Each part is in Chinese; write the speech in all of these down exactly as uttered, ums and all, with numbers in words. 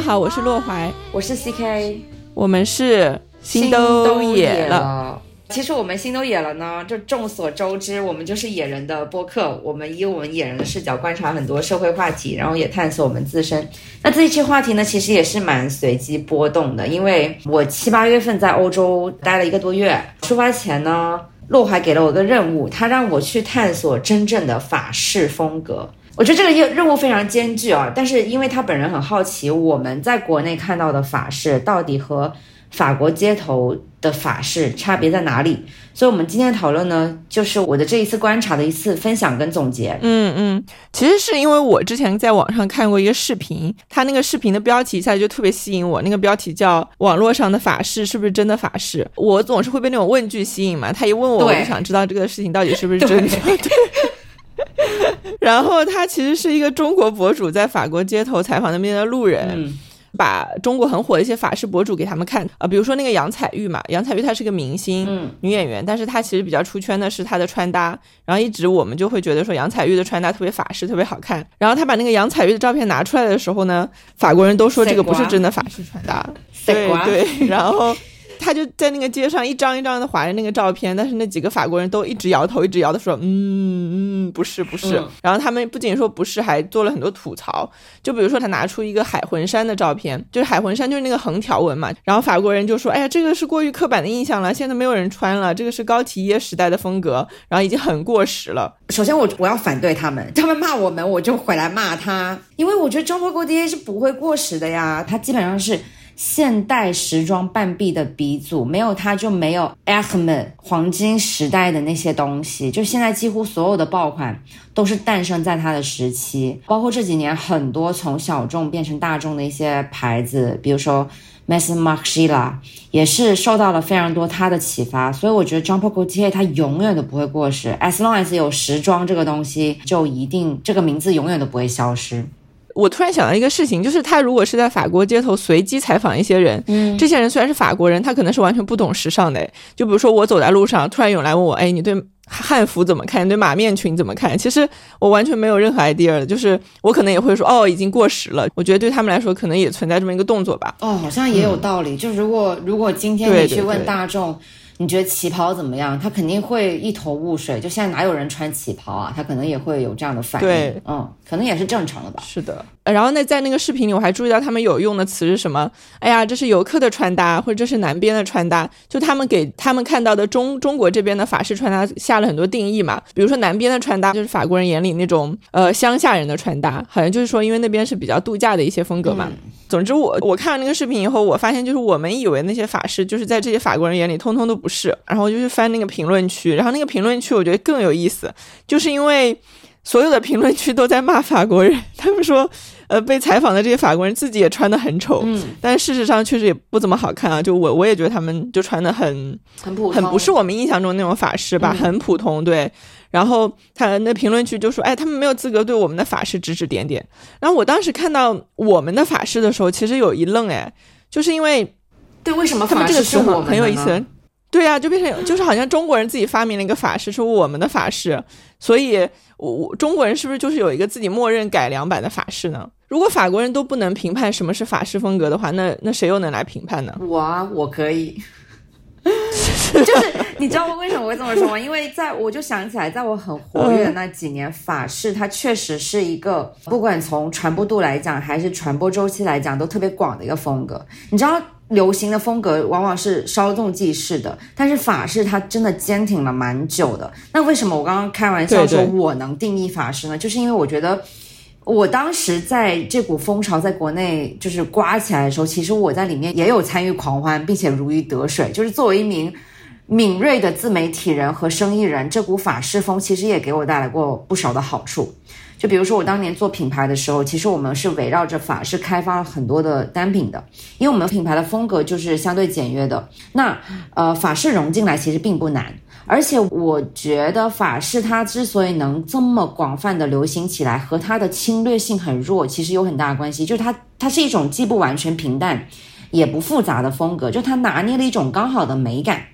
好，我是洛怀， 我是 C K， 我们是心都野了。 其实我们心都野了呢，就众所周知，我们就是野人的播客，我们以我们野人的视角观察很多社会话题，然后也探索我们自身。那这一期话题呢，其实也是蛮随机波动的，因为我七八月份在欧洲待了一个多月，出发前呢，洛怀给了我一个任务，他让我去探索真正的法式风格。我觉得这个任务非常艰巨啊，但是因为他本人很好奇我们在国内看到的法式到底和法国街头的法式差别在哪里，所以我们今天讨论呢，就是我的这一次观察的一次分享跟总结。 嗯嗯，其实是因为我之前在网上看过一个视频，他那个视频的标题一下就特别吸引我，那个标题叫网络上的法式是不是真的法式。我总是会被那种问句吸引嘛，他一问我，我就想知道这个事情到底是不是真的。对然后他其实是一个中国博主在法国街头采访那边的路人、嗯、把中国很火的一些法式博主给他们看啊，比如说那个杨采钰嘛，杨采钰她是个明星、嗯、女演员，但是她其实比较出圈的是她的穿搭，然后一直我们就会觉得说杨采钰的穿搭特别法式特别好看，然后她把那个杨采钰的照片拿出来的时候呢，法国人都说这个不是真的法式穿搭，对对，然后他就在那个街上一张一张的划着那个照片，但是那几个法国人都一直摇头一直摇的说嗯嗯不是不是、嗯、然后他们不仅说不是，还做了很多吐槽，就比如说他拿出一个海魂衫的照片，就是海魂衫就是那个横条纹嘛，然后法国人就说哎呀这个是过于刻板的印象了，现在没有人穿了，这个是高缇耶时代的风格，然后已经很过时了。 首先我我要反对他们，他们骂我们我就回来骂他，因为我觉得中国高缇耶是不会过时的呀，它基本上是现代时装半壁的鼻祖，没有它就没有 Hermès 黄金时代的那些东西，就现在几乎所有的爆款都是诞生在它的时期，包括这几年很多从小众变成大众的一些牌子，比如说 Maison Margiela 也是受到了非常多它的启发，所以我觉得 Jean Paul Gaultier 它永远都不会过时， as long as 有时装这个东西，就一定这个名字永远都不会消失。 我突然想到一个事情，就是他如果是在法国街头随机采访一些人、嗯、这些人虽然是法国人，他可能是完全不懂时尚的，就比如说我走在路上突然有人来问我，哎，你对汉服怎么看，你对马面裙怎么看，其实我完全没有任何 idea 的，就是我可能也会说哦已经过时了，我觉得对他们来说可能也存在这么一个动作吧。 哦，好像也有道理、嗯、就如果如果今天你去问大众，对对对，你觉得旗袍怎么样，他肯定会一头雾水，就现在哪有人穿旗袍啊，他可能也会有这样的反应。对，嗯，可能也是正常的吧。 是的。然后那在那个视频里我还注意到他们有用的词是什么，哎呀这是游客的穿搭，或者这是南边的穿搭，就他们给他们看到的中中国这边的法式穿搭下了很多定义嘛，比如说南边的穿搭就是法国人眼里那种呃乡下人的穿搭，好像就是说因为那边是比较度假的一些风格嘛、嗯、总之我我看了那个视频以后，我发现就是我们以为那些法式就是在这些法国人眼里通通都不是，然后就去翻那个评论区，然后那个评论区我觉得更有意思，就是因为所有的评论区都在骂法国人，他们说呃，被采访的这些法国人自己也穿得很丑、嗯、但事实上确实也不怎么好看啊，就我我也觉得他们就穿得很很普通， 很不是我们印象中那种法式吧、嗯、很普通。对，然后他那评论区就说哎，他们没有资格对我们的法式指指点点，然后我当时看到我们的法式的时候其实有一愣，哎，就是因为对，为什么法式是我们的呢？ 很有意思。对啊，就变成就是好像中国人自己发明了一个法式，是我们的法式，所以我中国人是不是就是有一个自己默认改良版的法式呢？如果法国人都不能评判什么是法式风格的话，那那谁又能来评判呢？ 我啊，我可以。就是你知道我为什么会这么说吗？因为在我就想起来，在我很活跃的那几年、嗯、法式它确实是一个不管从传播度来讲还是传播周期来讲都特别广的一个风格。你知道流行的风格往往是稍纵即逝的，但是法式它真的坚挺了蛮久的。那为什么我刚刚开玩笑说我能定义法式呢？就是因为我觉得我当时在这股风潮在国内就是刮起来的时候，其实我在里面也有参与狂欢，并且如鱼得水。就是作为一名敏锐的自媒体人和生意人，这股法式风其实也给我带来过不少的好处。就比如说我当年做品牌的时候，其实我们是围绕着法式开发了很多的单品的，因为我们品牌的风格就是相对简约的。那呃，法式融进来其实并不难，而且我觉得法式它之所以能这么广泛的流行起来，和它的侵略性很弱其实有很大的关系，就是它它是一种既不完全平淡也不复杂的风格，就它拿捏了一种刚好的美感。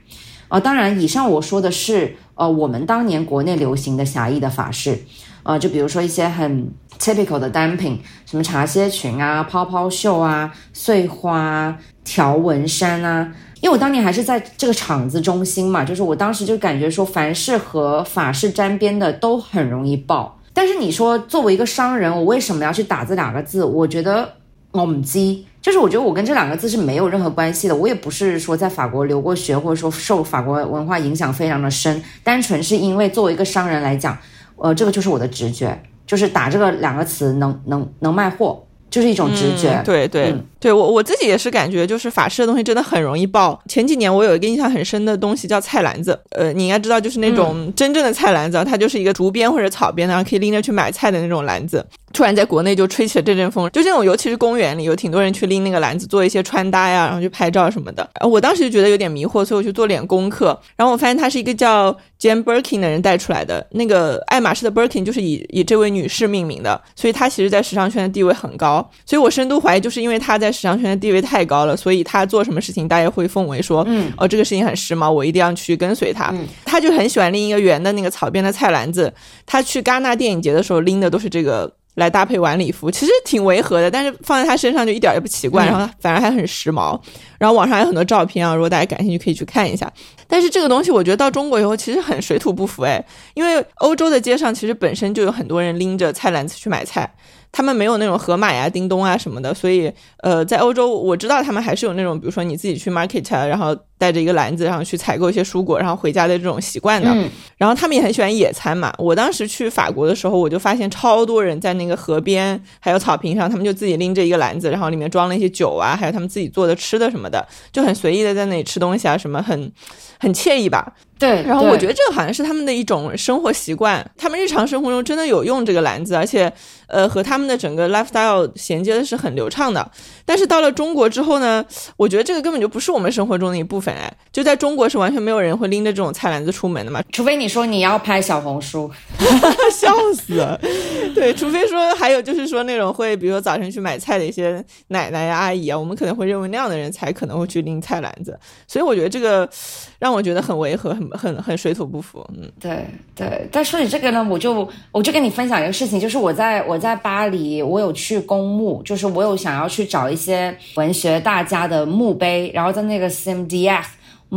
呃，当然以上我说的是呃我们当年国内流行的狭义的法式，呃，就比如说一些很 typical 的单品，什么茶歇裙啊、泡泡袖啊、碎花、条纹衫啊。因为我当年还是在这个场子中心嘛，就是我当时就感觉说凡是和法式沾边的都很容易爆。但是你说作为一个商人，我为什么要去打这两个字？我觉得我唔知，就是我觉得我跟这两个字是没有任何关系的，我也不是说在法国留过学，或者说受法国文化影响非常的深，单纯是因为作为一个商人来讲，呃，这个就是我的直觉，就是打这个两个词能能能卖货，就是一种直觉。 嗯、对对、嗯、对，我我自己也是感觉，就是法式的东西真的很容易爆。前几年我有一个印象很深的东西叫菜篮子，呃，你应该知道，就是那种真正的菜篮子、嗯、它就是一个竹编或者草编的，然后可以拎着去买菜的那种篮子。突然在国内就吹起了这阵风，就这种，尤其是公园里有挺多人去拎那个篮子做一些穿搭呀，然后去拍照什么的。我当时就觉得有点迷惑，所以我去做点功课，然后我发现它是一个叫 Jane Birkin 的人带出来的，那个爱马仕的 Birkin 就是以以这位女士命名的，所以她其实在时尚圈的地位很高。所以我深度怀疑，就是因为她在时尚圈的地位太高了，所以她做什么事情大家会奉为说，嗯，哦，这个事情很时髦，我一定要去跟随她。嗯，她就很喜欢拎一个圆的那个草编的菜篮子，她去戛纳电影节的时候拎的都是这个来搭配晚礼服，其实挺违和的，但是放在他身上就一点也不奇怪、嗯、然后反而还很时髦。然后网上有很多照片啊，如果大家感兴趣可以去看一下。但是这个东西我觉得到中国以后其实很水土不服哎，因为欧洲的街上其实本身就有很多人拎着菜篮子去买菜，他们没有那种盒马呀、叮咚啊什么的，所以呃，在欧洲我知道他们还是有那种比如说你自己去 market 啊，然后带着一个篮子然后去采购一些蔬果然后回家的这种习惯的、嗯、然后他们也很喜欢野餐嘛。我当时去法国的时候我就发现超多人在那个河边还有草坪上，他们就自己拎着一个篮子，然后里面装了一些酒啊，还有他们自己做的吃的什么的，就很随意的在那里吃东西啊，什么很很惬意吧。 对， 然后我觉得这个好像是他们的一种生活习惯，他们日常生活中真的有用这个篮子，而且呃和他们的整个 lifestyle 衔接的是很流畅的。但是到了中国之后呢，我觉得这个根本就不是我们生活中的一部分哎，就在中国是完全没有人会拎着这种菜篮子出门的嘛， 除非你说你要拍小红书笑死了。对，除非说还有就是说那种会比如说早晨去买菜的一些奶奶呀、阿姨啊，我们可能会认为那样的人才可能会去拎菜篮子，所以我觉得这个让我觉得很违和，很很很水土不服。嗯， 对对。但说起这个呢，我就我就跟你分享一个事情，就是我在我在巴黎，我有去公墓，就是我有想要去找一些文学大家的墓碑，然后在那个 C M D F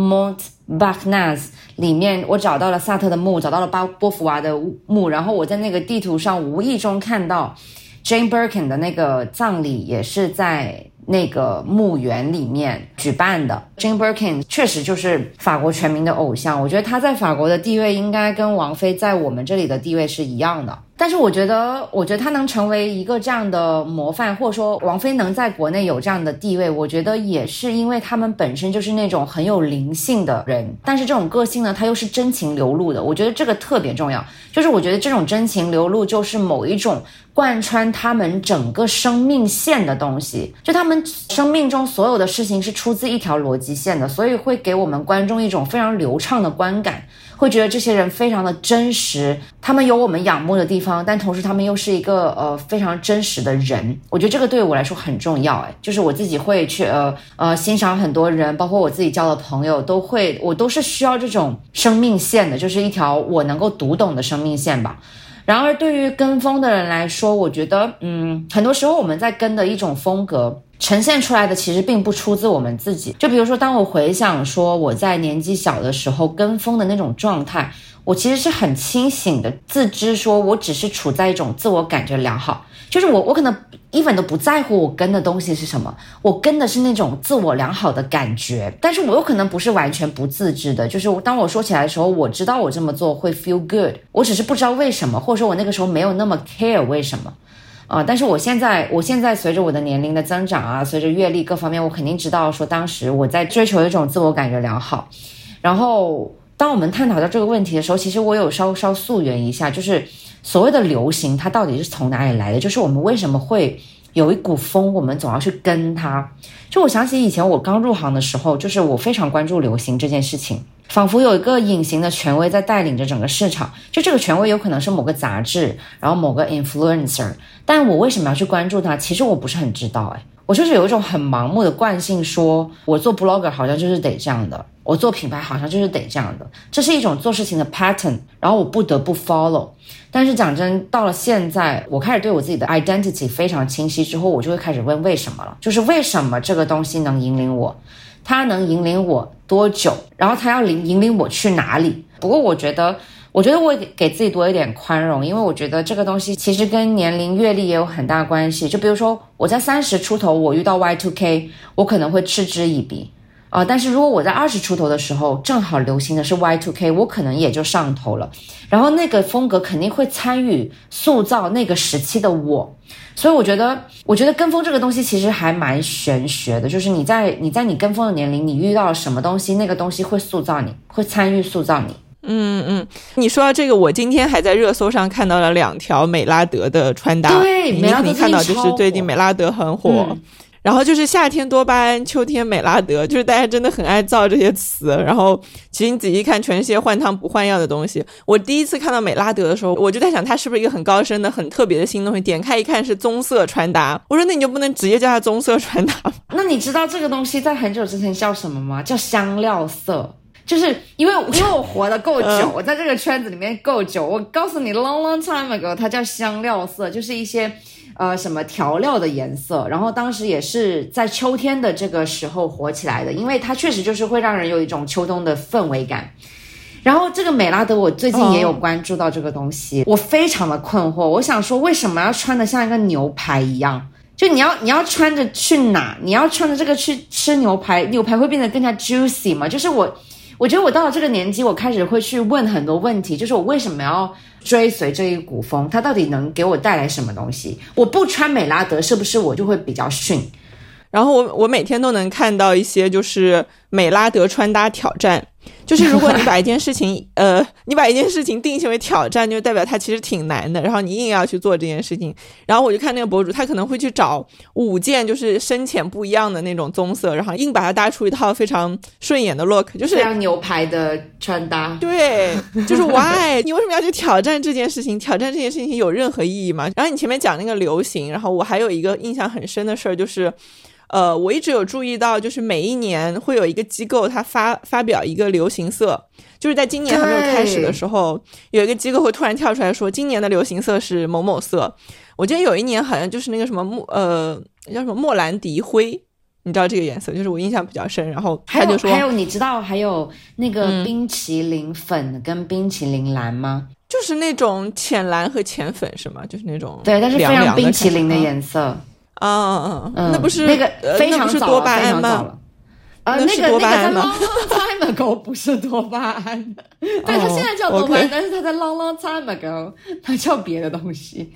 Montparnasse 里面我找到了萨特的墓，找到了巴波伏娃的墓，然后我在那个地图上无意中看到 Jane Birkin 的那个葬礼也是在那个墓园里面举办的。 Jane Birkin 确实就是法国全民的偶像，我觉得她在法国的地位应该跟王菲在我们这里的地位是一样的，但是我觉得我觉得她能成为一个这样的模范，或者说王菲能在国内有这样的地位，我觉得也是因为他们本身就是那种很有灵性的人，但是这种个性呢她又是真情流露的，我觉得这个特别重要，就是我觉得这种真情流露就是某一种贯穿他们整个生命线的东西，就他们生命中所有的事情是出自一条逻辑线的，所以会给我们观众一种非常流畅的观感，会觉得这些人非常的真实，他们有我们仰慕的地方，但同时他们又是一个呃非常真实的人，我觉得这个对我来说很重要。哎，就是我自己会去呃呃欣赏很多人，包括我自己交的朋友都会，我都是需要这种生命线的，就是一条我能够读懂的生命线吧。然而对于跟风的人来说，我觉得嗯，很多时候我们在跟的一种风格呈现出来的其实并不出自我们自己。就比如说当我回想说我在年纪小的时候跟风的那种状态，我其实是很清醒的自知说我只是处在一种自我感觉良好，就是我我可能 even 都不在乎我跟的东西是什么，我跟的是那种自我良好的感觉，但是我有可能不是完全不自知的，就是当我说起来的时候我知道我这么做会 feel good， 我只是不知道为什么，或者说我那个时候没有那么 care 为什么啊，但是我现在我现在随着我的年龄的增长啊，随着阅历各方面，我肯定知道说当时我在追求一种自我感觉良好。然后当我们探讨到这个问题的时候，其实我有稍稍溯源一下，就是所谓的流行它到底是从哪里来的，就是我们为什么会有一股风我们总要去跟它。就我想起以前我刚入行的时候，就是我非常关注流行这件事情，仿佛有一个隐形的权威在带领着整个市场，就这个权威有可能是某个杂志，然后某个 influencer， 但我为什么要去关注它，其实我不是很知道。诶我就是有一种很盲目的惯性，说我做 blogger 好像就是得这样的，我做品牌好像就是得这样的，这是一种做事情的 pattern， 然后我不得不 follow。 但是讲真，到了现在我开始对我自己的 identity 非常清晰之后，我就会开始问为什么了，就是为什么这个东西能引领我，它能引领我多久，然后它要引领我去哪里。不过我觉得我觉得我给自己多一点宽容，因为我觉得这个东西其实跟年龄阅历也有很大关系。就比如说我在三十出头我遇到 Y 二 K， 我可能会嗤之以鼻啊、呃，但是如果我在二十出头的时候正好流行的是 Y 二 K， 我可能也就上头了，然后那个风格肯定会参与塑造那个时期的我。所以我觉得我觉得跟风这个东西其实还蛮玄学的，就是你在你在你跟风的年龄，你遇到了什么东西，那个东西会塑造你，会参与塑造你。 嗯嗯，你说到这个，我今天还在热搜上看到了两条美拉德的穿搭。 对， 你肯定看到，就是最近美拉德很火、嗯、然后就是夏天多巴胺，秋天美拉德，就是大家真的很爱造这些词。然后其实你仔细看，全是些换汤不换药的东西。我第一次看到美拉德的时候，我就在想它是不是一个很高深的很特别的新东西，点开一看是棕色穿搭，我说那你就不能直接叫它棕色穿搭吗？ 那你知道这个东西在很久之前叫什么吗？叫香料色。就是因为因为我活得够久、嗯、我在这个圈子里面够久，我告诉你 long long time ago 它叫香料色，就是一些呃什么调料的颜色，然后当时也是在秋天的这个时候火起来的，因为它确实就是会让人有一种秋冬的氛围感。然后这个美拉德我最近也有关注到这个东西、哦、我非常的困惑，我想说为什么要穿得像一个牛排一样，就你要你要穿着去哪，你要穿着这个去吃牛排，牛排会变得更加 juicy 吗？就是我我觉得我到了这个年纪，我开始会去问很多问题，就是我为什么要追随这一股风，它到底能给我带来什么东西？我不穿美拉德是不是我就会比较逊？ 然后我我每天都能看到一些就是美拉德穿搭挑战，就是如果你把一件事情呃，你把一件事情定性为挑战，就代表它其实挺难的，然后你硬要去做这件事情。然后我就看那个博主，他可能会去找五件就是深浅不一样的那种棕色，然后硬把它搭出一套非常顺眼的 look， 就是非常牛排的穿搭。 对，就是 why 你为什么要去挑战这件事情？挑战这件事情有任何意义吗？然后你前面讲那个流行，然后我还有一个印象很深的事儿，就是呃，我一直有注意到，就是每一年会有一个机构，它发发表一个流行色，就是在今年还没有开始的时候，有一个机构会突然跳出来说，今年的流行色是某某色。我记得有一年好像就是那个什么莫呃叫什么莫兰迪灰，你知道这个颜色，就是我印象比较深。然后他就说， 还有还有你知道还有那个冰淇淋粉跟冰淇淋蓝吗？ 嗯、就是那种浅蓝和浅粉是吗？就是那种对，但是非常冰淇淋的颜色。 啊啊啊！那不是那个非常早、呃、多巴胺吗？ 呃， 那是多巴胺吗？ 那个在 long long time ago 不是多巴胺，对，它现在叫多巴胺， oh, okay. 但是它在 long long time ago 它叫别的东西。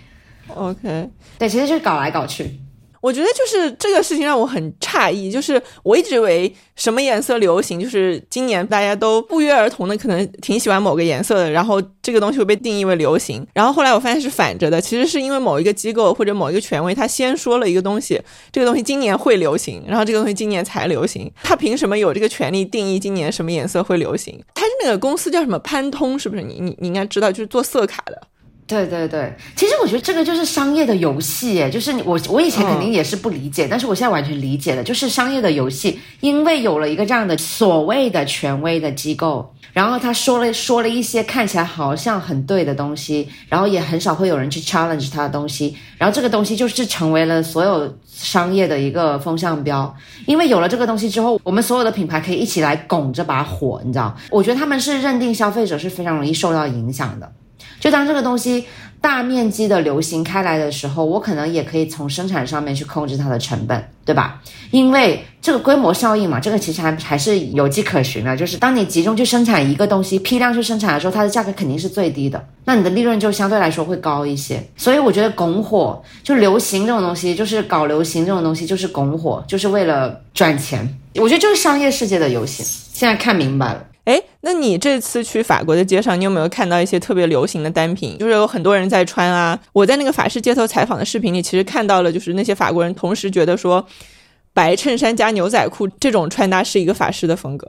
OK， 对，其实就是搞来搞去。 我觉得就是这个事情让我很诧异，就是我一直以为什么颜色流行，就是今年大家都不约而同的可能挺喜欢某个颜色的，然后这个东西会被定义为流行。然后后来我发现是反着的，其实是因为某一个机构或者某一个权威他先说了一个东西，这个东西今年会流行，然后这个东西今年才流行，他凭什么有这个权利定义今年什么颜色会流行？他是那个公司叫什么潘通，是不是？你你你应该知道，就是做色卡的。 对对对，其实我觉得这个就是商业的游戏耶，就是我我以前肯定也是不理解、嗯、但是我现在完全理解了，就是商业的游戏，因为有了一个这样的所谓的权威的机构，然后他说了说了一些看起来好像很对的东西，然后也很少会有人去 challenge 他的东西，然后这个东西就是成为了所有商业的一个风向标。因为有了这个东西之后，我们所有的品牌可以一起来拱这把火，你知道，我觉得他们是认定消费者是非常容易受到影响的。就当这个东西大面积的流行开来的时候，我可能也可以从生产上面去控制它的成本，对吧？因为这个规模效应嘛，这个其实还还是有迹可循的，就是当你集中去生产一个东西，批量去生产的时候，它的价格肯定是最低的，那你的利润就相对来说会高一些。所以我觉得拱火，就流行这种东西，就是搞流行这种东西，就是拱火，就是为了赚钱。我觉得就是商业世界的游戏，现在看明白了。 哎，那你这次去法国的街上，你有没有看到一些特别流行的单品？就是有很多人在穿啊。我在那个法式街头采访的视频里，其实看到了，就是那些法国人同时觉得说，白衬衫加牛仔裤这种穿搭是一个法式的风格。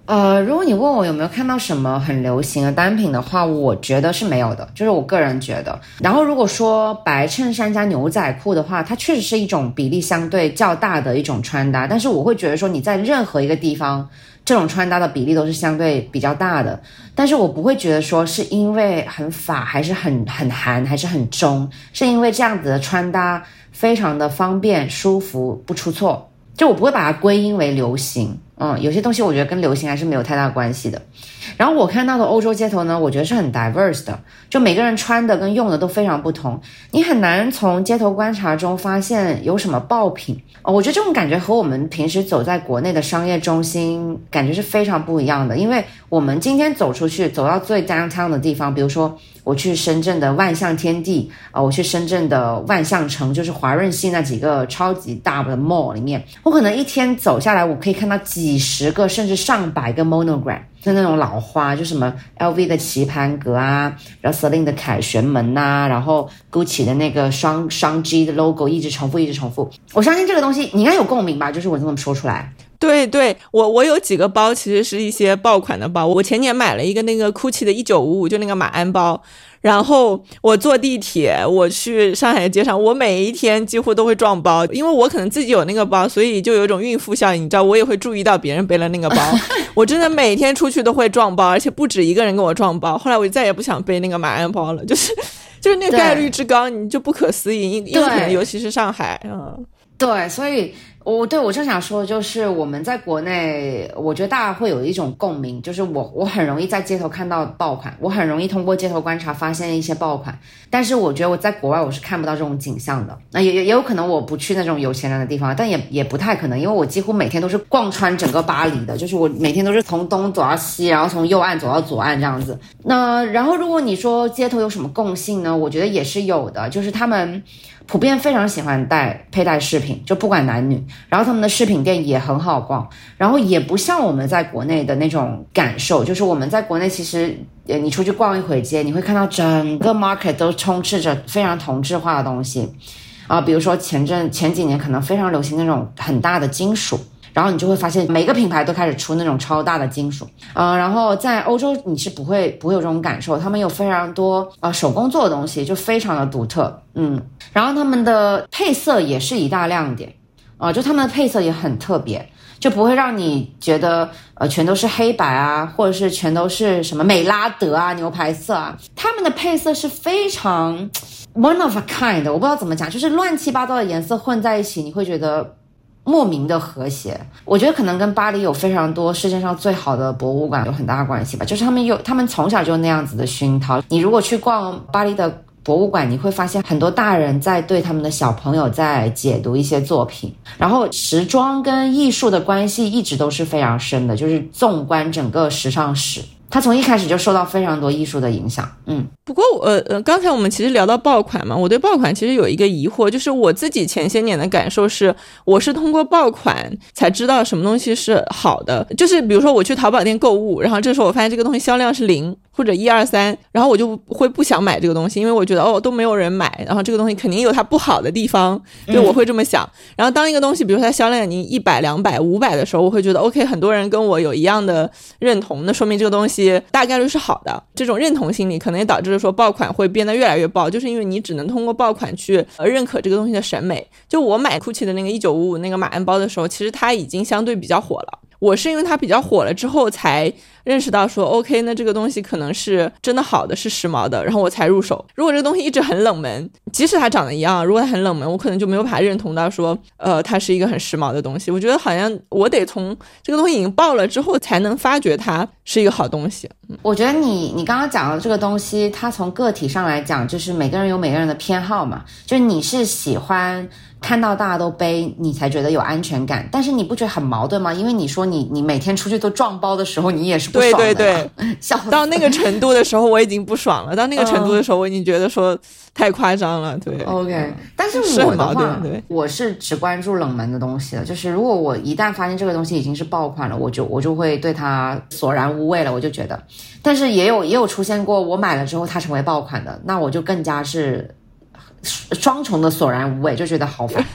呃，如果你问我有没有看到什么很流行的单品的话，我觉得是没有的，就是我个人觉得。然后如果说白衬衫加牛仔裤的话，它确实是一种比例相对较大的一种穿搭，但是我会觉得说你在任何一个地方这种穿搭的比例都是相对比较大的，但是我不会觉得说是因为很法还是很很韩还是很中，是因为这样子的穿搭非常的方便舒服不出错，就我不会把它归因为流行。嗯，有些东西我觉得跟流行还是没有太大关系的。然后我看到的欧洲街头呢，我觉得是很 diverse 的，就每个人穿的跟用的都非常不同，你很难从街头观察中发现有什么爆品。哦，我觉得这种感觉和我们平时走在国内的商业中心感觉是非常不一样的，因为我们今天走出去走到最 downtown 的地方，比如说我去深圳的万象天地啊、呃，我去深圳的万象城，就是华润系那几个超级大的 mall 里面，我可能一天走下来，我可以看到几十个甚至上百个 monogram， 就那种老花，就什么 L V 的棋盘格啊，然后 Celine 的凯旋门啊，然后 Gucci 的那个双双 G 的 logo 一直重复一直重复。我相信这个东西你应该有共鸣吧，就是我这么说出来。 对对，我我有几个包其实是一些爆款的包，我前年买了一个那个 Gucci 的一九五五，就那个马鞍包，然后我坐地铁，我去上海街上，我每一天几乎都会撞包，因为我可能自己有那个包，所以就有一种孕妇效应，你知道，我也会注意到别人背了那个包我真的每天出去都会撞包，而且不止一个人跟我撞包，后来我就再也不想背那个马鞍包了，就是就是那个概率之高，你就不可思议，因因为可能尤其是上海。嗯， 对，所以我对我正想说的就是我们在国内，我觉得大家会有一种共鸣，就是我我很容易在街头看到爆款，我很容易通过街头观察发现一些爆款，但是我觉得我在国外我是看不到这种景象的。那也也有可能我不去那种有钱人的地方，但也也不太可能，因为我几乎每天都是逛穿整个巴黎的，就是我每天都是从东走到西，然后从右岸走到左岸这样子。那然后如果你说街头有什么共性呢，我觉得也是有的，就是他们普遍非常喜欢戴佩戴饰品，就不管男女，然后他们的饰品店也很好逛，然后也不像我们在国内的那种感受，就是我们在国内其实你出去逛一会街，你会看到整个 market 都充斥着非常同质化的东西啊，比如说前阵前几年可能非常流行那种很大的金属，然后你就会发现每个品牌都开始出那种超大的金属，呃，然后在欧洲你是不会不会有这种感受，他们有非常多呃手工做的东西，就非常的独特，嗯，然后他们的配色也是一大亮点，呃，就他们的配色也很特别，就不会让你觉得呃全都是黑白啊，或者是全都是什么美拉德啊牛排色啊，他们的配色是非常 one of a kind 的，我不知道怎么讲，就是乱七八糟的颜色混在一起，你会觉得莫名的和谐。我觉得可能跟巴黎有非常多世界上最好的博物馆有很大关系吧，就是他们有他们从小就那样子的熏陶。你如果去逛巴黎的博物馆，你会发现很多大人在对他们的小朋友在解读一些作品，然后时装跟艺术的关系一直都是非常深的，就是纵观整个时尚史，它从一开始就受到非常多艺术的影响。嗯， 不过呃呃，刚才我们其实聊到爆款嘛，我对爆款其实有一个疑惑，就是我自己前些年的感受是，我是通过爆款才知道什么东西是好的，就是比如说我去淘宝店购物，然后这时候我发现这个东西销量是零或者一二三，然后我就会不想买这个东西，因为我觉得哦都没有人买，然后这个东西肯定有它不好的地方，对，我会这么想。嗯、然后当一个东西比如说它销量已经一百两百五百的时候，我会觉得 OK， 很多人跟我有一样的认同，那说明这个东西大概率是好的。这种认同心理可能也导致了说爆款会变得越来越爆，就是因为你只能通过爆款去认可这个东西的审美。就我买 Gucci 的那个一九五五那个马鞍包的时候，其实它已经相对比较火了，我是因为它比较火了之后才认识到说 OK， 那这个东西可能是真的好的，是时髦的，然后我才入手。如果这个东西一直很冷门，即使它长得一样，如果它很冷门，我可能就没有把它认同到说呃，它是一个很时髦的东西。我觉得好像我得从这个东西已经爆了之后才能发觉它是一个好东西。嗯、 我觉得你你刚刚讲的这个东西，它从个体上来讲，就是每个人有每个人的偏好嘛，就是你是喜欢看到大家都背你才觉得有安全感，但是你不觉得很矛盾吗？因为你说你你每天出去都撞包的时候，你也是不爽的。 对对对，到那个程度的时候我已经不爽了，到那个程度的时候我已经觉得说太夸张了。对 OK， 但是我的话对，我是只关注冷门的东西的，就是如果我一旦发现这个东西已经是爆款了，我就我就会对它索然无味了，我就觉得。但是也有也有出现过我买了之后它成为爆款的，那我就更加是双重的索然无味，就觉得好烦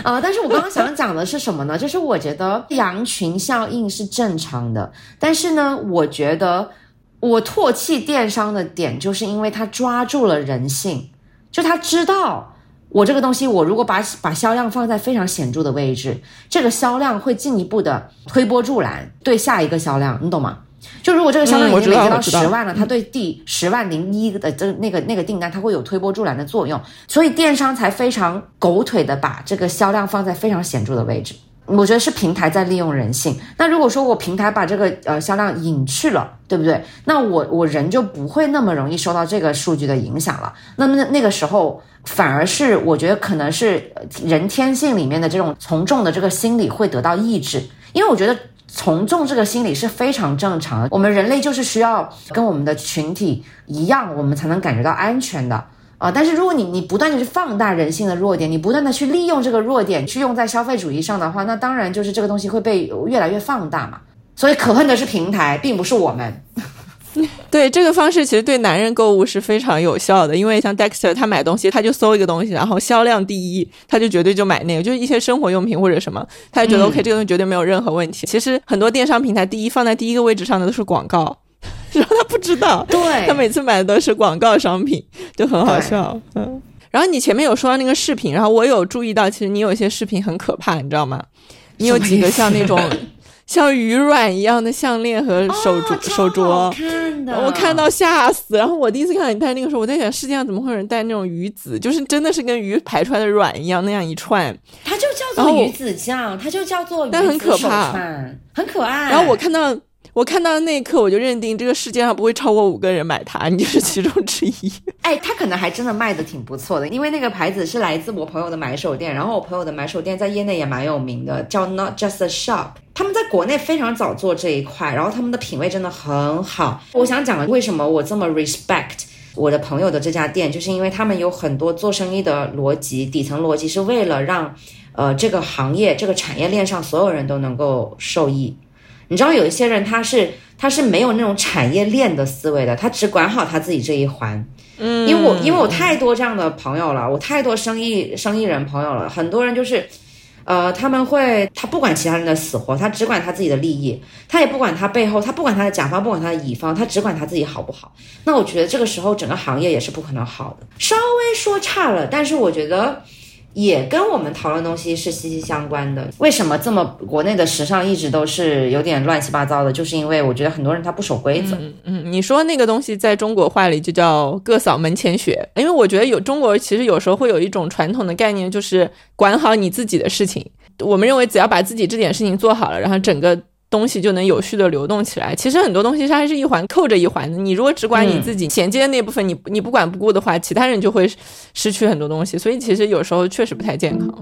呃，但是我刚刚想讲的是什么呢？就是我觉得羊群效应是正常的，但是呢，我觉得我唾弃电商的点，就是因为他抓住了人性，就他知道我这个东西，我如果把把销量放在非常显著的位置，这个销量会进一步的推波助澜对下一个销量，你懂吗？就如果这个销量已经累积到十万了，它对第十万零一的这那个那个订单，它会有推波助澜的作用，所以电商才非常狗腿的把这个销量放在非常显著的位置。我觉得是平台在利用人性。那如果说我平台把这个呃销量隐去了，对不对？那我我人就不会那么容易受到这个数据的影响了。那么那个时候反而是我觉得可能是人天性里面的这种从众的这个心理会得到抑制，因为我觉得从众这个心理是非常正常的，我们人类就是需要跟我们的群体一样，我们才能感觉到安全的啊、呃，但是如果你你不断的去放大人性的弱点，你不断的去利用这个弱点去用在消费主义上的话，那当然就是这个东西会被越来越放大嘛。所以可恨的是平台，并不是我们。 对，这个方式其实对男人购物是非常有效的，因为像 Dexter 他买东西，他就搜一个东西，然后销量第一，他就绝对就买那个，就是一些生活用品或者什么，他就觉得 OK、嗯、这个东西绝对没有任何问题。其实很多电商平台第一放在第一个位置上的都是广告，然后他不知道， 对， 他每次买的都是广告商品，就很好笑。嗯，然后你前面有说到那个视频，然后我有注意到，其实你有一些视频很可怕，你知道吗？你有几个像那种像鱼卵一样的项链和手镯、哦、手镯， 看的我看到吓死。然后我第一次看到你戴那个时候，我在想世界上怎么会有人戴那种鱼子，就是真的是跟鱼排出来的卵一样那样一串， 它就叫做鱼子酱，它就叫做鱼子手串， 但很可怕， 很可爱。 然后我看到我看到那一刻，我就认定这个世界上不会超过五个人买它，你就是其中之一。 哎，它可能还真的卖的挺不错的，因为那个牌子是来自我朋友的买手店，然后我朋友的买手店在业内也蛮有名的，叫 Not Just a Shop。他们在国内非常早做这一块，然后他们的品味真的很好。我想讲为什么我这么 respect 我的朋友的这家店，就是因为他们有很多做生意的逻辑，底层逻辑是为了让呃这个行业这个产业链上所有人都能够受益。你知道有一些人他是他是没有那种产业链的思维的，他只管好他自己这一环。嗯，因为我因为我太多这样的朋友了，我太多生意生意人朋友了，很多人就是呃他们会他不管其他人的死活，他只管他自己的利益，他也不管他背后，他不管他的甲方，不管他的乙方，他只管他自己好不好。那我觉得这个时候整个行业也是不可能好的。稍微说差了，但是我觉得也跟我们讨论东西是息息相关的。为什么这么国内的时尚一直都是有点乱七八糟的，就是因为我觉得很多人他不守规则。 嗯嗯，你说那个东西在中国话里就叫各扫门前雪，因为我觉得有中国其实有时候会有一种传统的概念，就是管好你自己的事情。我们认为只要把自己这点事情做好了，然后整个东西就能有序的流动起来。其实很多东西它还是一环扣着一环的，你如果只管你自己衔接的那部分，你你不管不顾的话，其他人就会失去很多东西，所以其实有时候确实不太健康。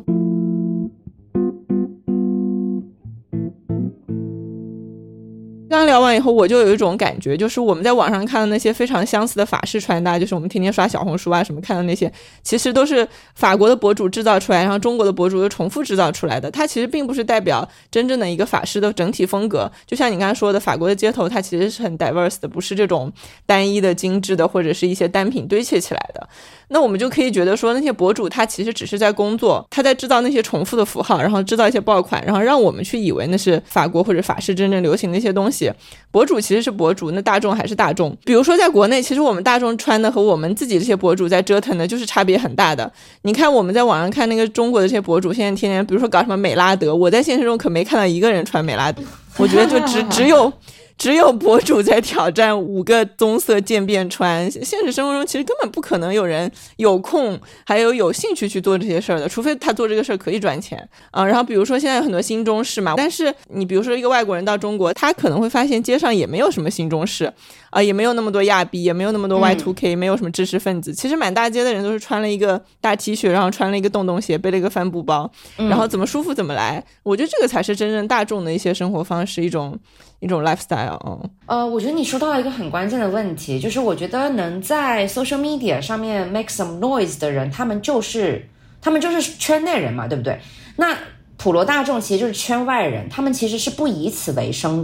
刚聊完以后，我就有一种感觉，就是我们在网上看到那些非常相似的法式穿搭，就是我们天天刷小红书啊什么看到那些，其实都是法国的博主制造出来，然后中国的博主又重复制造出来的。它其实并不是代表真正的一个法式的整体风格。就像你刚才说的，法国的街头它其实是很 diverse 的，不是这种单一的精致的或者是一些单品堆砌起来的。那我们就可以觉得说，那些博主他其实只是在工作，他在制造那些重复的符号，然后制造一些爆款，然后让我们去以为那是法国或者法式真正流行的一些东西。博主其实是博主，那大众还是大众。比如说在国内，其实我们大众穿的和我们自己这些博主在折腾的就是差别很大的。你看我们在网上看那个中国的这些博主，现在天天比如说搞什么美拉德，我在现实中可没看到一个人穿美拉德，我觉得就只只有只有博主在挑战五个棕色渐变穿，现实生活中其实根本不可能有人有空还有有兴趣去做这些事儿的，除非他做这个事儿可以赚钱啊、呃。然后比如说现在有很多新中式嘛，但是你比如说一个外国人到中国，他可能会发现街上也没有什么新中式啊、呃，也没有那么多亚逼，也没有那么多 Y 二 K、嗯、没有什么知识分子。其实满大街的人都是穿了一个大 T 恤，然后穿了一个洞洞鞋，背了一个帆布包、嗯、然后怎么舒服怎么来。我觉得这个才是真正大众的一些生活方式，一种一种 lifestyle。 呃，我觉得你说到了一个很关键的问题，就是我觉得能在 social media 上面 make some noise 的人，他们就是他们就是圈内人嘛，对不对？那普罗大众其实就是圈外人，他们其实是不以此为生的。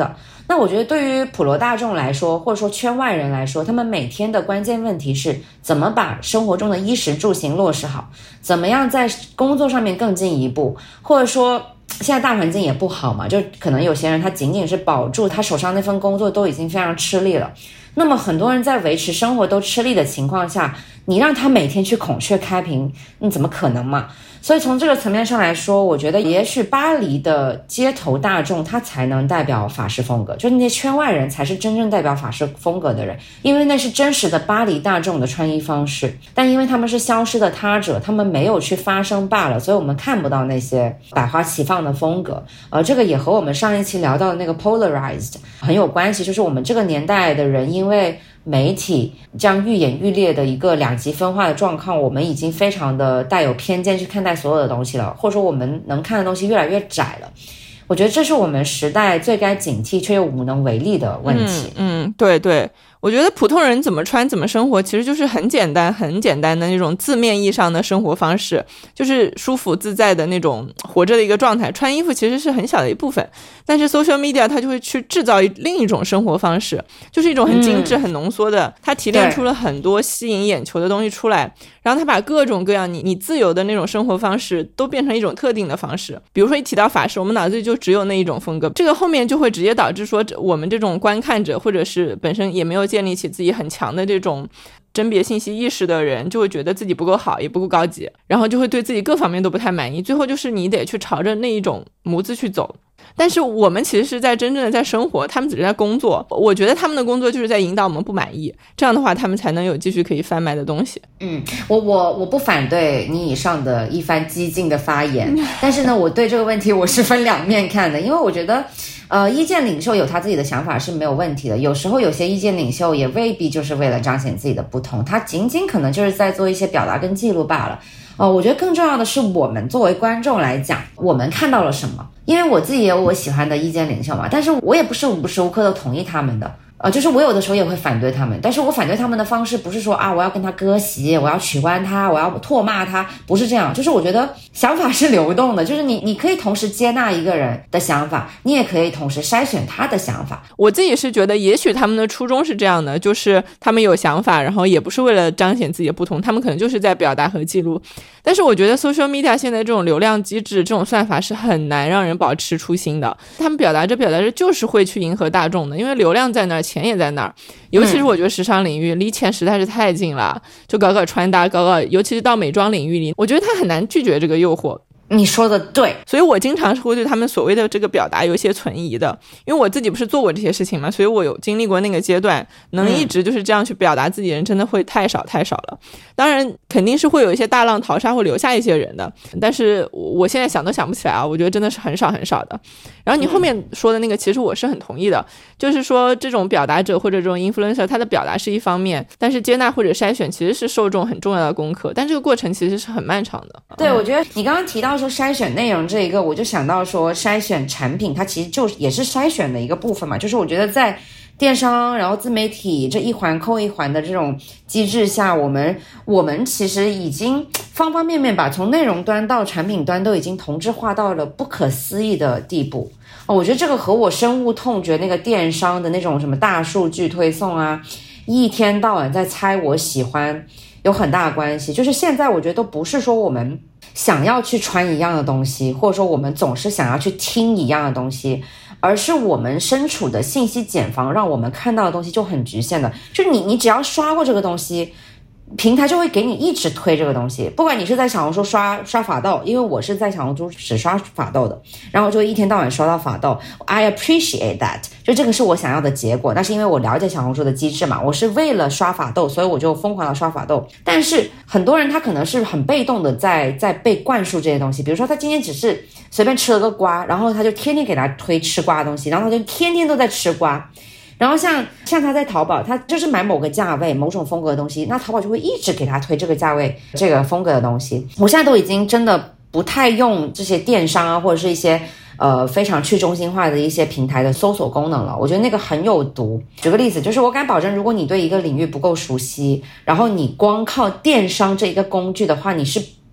那我觉得对于普罗大众来说，或者说圈外人来说，他们每天的关键问题是怎么把生活中的衣食住行落实好，怎么样在工作上面更进一步，或者说现在大环境也不好嘛，就可能有些人他仅仅是保住他手上那份工作都已经非常吃力了，那么很多人在维持生活都吃力的情况下，你让他每天去孔雀开屏，你怎么可能嘛？所以从这个层面上来说，我觉得也许巴黎的街头大众他才能代表法式风格，就是那些圈外人才是真正代表法式风格的人，因为那是真实的巴黎大众的穿衣方式，但因为他们是消失的他者，他们没有去发声罢了，所以我们看不到那些百花齐放的风格。而这个也和我们上一期聊到的那个 polarized 很有关系，就是我们这个年代的人因为媒体这样愈演愈烈的一个两极分化的状况，我们已经非常的带有偏见去看待所有的东西了，或者说我们能看的东西越来越窄了。我觉得这是我们时代最该警惕却又无能为力的问题。 嗯，嗯对对，我觉得普通人怎么穿怎么生活其实就是很简单很简单的那种字面意义上的生活方式，就是舒服自在的那种活着的一个状态，穿衣服其实是很小的一部分，但是 social media 它就会去制造另一种生活方式，就是一种很精致、嗯、很浓缩的，它提炼出了很多吸引眼球的东西出来，然后它把各种各样你你自由的那种生活方式都变成一种特定的方式。比如说一提到法式，我们脑子里就只有那一种风格，这个后面就会直接导致说我们这种观看者或者是本身也没有建立起自己很强的这种甄别信息意识的人，就会觉得自己不够好也不够高级，然后就会对自己各方面都不太满意，最后就是你得去朝着那一种模子去走。但是我们其实是在真正的在生活，他们只是在工作，我觉得他们的工作就是在引导我们不满意，这样的话他们才能有继续可以贩卖的东西。 嗯，我我我不反对你以上的一番激进的发言，但是呢我对这个问题我是分两面看的，因为我觉得呃，意见领袖有他自己的想法是没有问题的，有时候有些意见领袖也未必就是为了彰显自己的不同，他仅仅可能就是在做一些表达跟记录罢了。呃，我觉得更重要的是我们作为观众来讲，我们看到了什么，因为我自己也有我喜欢的意见领袖嘛，但是我也不是无时无刻都同意他们的。呃，就是我有的时候也会反对他们，但是我反对他们的方式不是说啊我要跟他割席，我要取关他，我要唾骂他，不是这样，就是我觉得想法是流动的，就是你你可以同时接纳一个人的想法，你也可以同时筛选他的想法。 我自己是觉得也许他们的初衷是这样的，就是他们有想法，然后也不是为了彰显自己的不同，他们可能就是在表达和记录。但是我觉得 social media 现在这种流量机制，这种算法是很难让人保持初心的，他们表达着表达着就是会去迎合大众的，因为流量在那儿，钱也在那儿，尤其是我觉得时尚领域、嗯、离钱实在是太近了，就搞搞穿搭，搞搞，尤其是到美妆领域里，我觉得他很难拒绝这个诱惑。 你说的对， 所以我经常是会对他们所谓的这个表达有一些存疑的，因为我自己不是做过这些事情嘛，所以我有经历过那个阶段，能一直就是这样去表达自己的人真的会太少太少了。当然肯定是会有一些大浪淘沙会留下一些人的，但是我现在想都想不起来啊，我觉得真的是很少很少的。然后你后面说的那个其实我是很同意的，就是说这种表达者或者这种 influencer 他的表达是一方面，但是接纳或者筛选其实是受众很重要的功课，但这个过程其实是很漫长的。 对，我觉得你刚刚提到说筛选内容这一个，我就想到说筛选产品它其实就也是筛选的一个部分嘛，就是我觉得在电商然后自媒体这一环扣一环的这种机制下，我们我们其实已经方方面面吧，从内容端到产品端都已经同质化到了不可思议的地步。哦，我觉得这个和我深恶痛绝那个电商的那种什么大数据推送啊，一天到晚在猜我喜欢有很大的关系。就是现在我觉得都不是说我们想要去穿一样的东西，或者说我们总是想要去听一样的东西，而是我们身处的信息茧房让我们看到的东西就很局限的，就是你你只要刷过这个东西，平台就会给你一直推这个东西，不管你是在小红书刷刷法斗，因为我是在小红书只刷法斗的，然后就一天到晚刷到法斗， I appreciate that， 就这个是我想要的结果，那是因为我了解小红书的机制嘛，我是为了刷法斗，所以我就疯狂的刷法斗。但是很多人他可能是很被动的在在被灌输这些东西，比如说他今天只是随便吃了个瓜，然后他就天天给他推吃瓜的东西，然后他就天天都在吃瓜。然后像像他在淘宝，他就是买某个价位某种风格的东西，那淘宝就会一直给他推这个价位这个风格的东西。我现在都已经真的不太用这些电商啊，或者是一些呃非常去中心化的一些平台的搜索功能了，我觉得那个很有毒。举个例子，就是我敢保证，如果你对一个领域不够熟悉，然后你光靠电商这一个工具的话，你是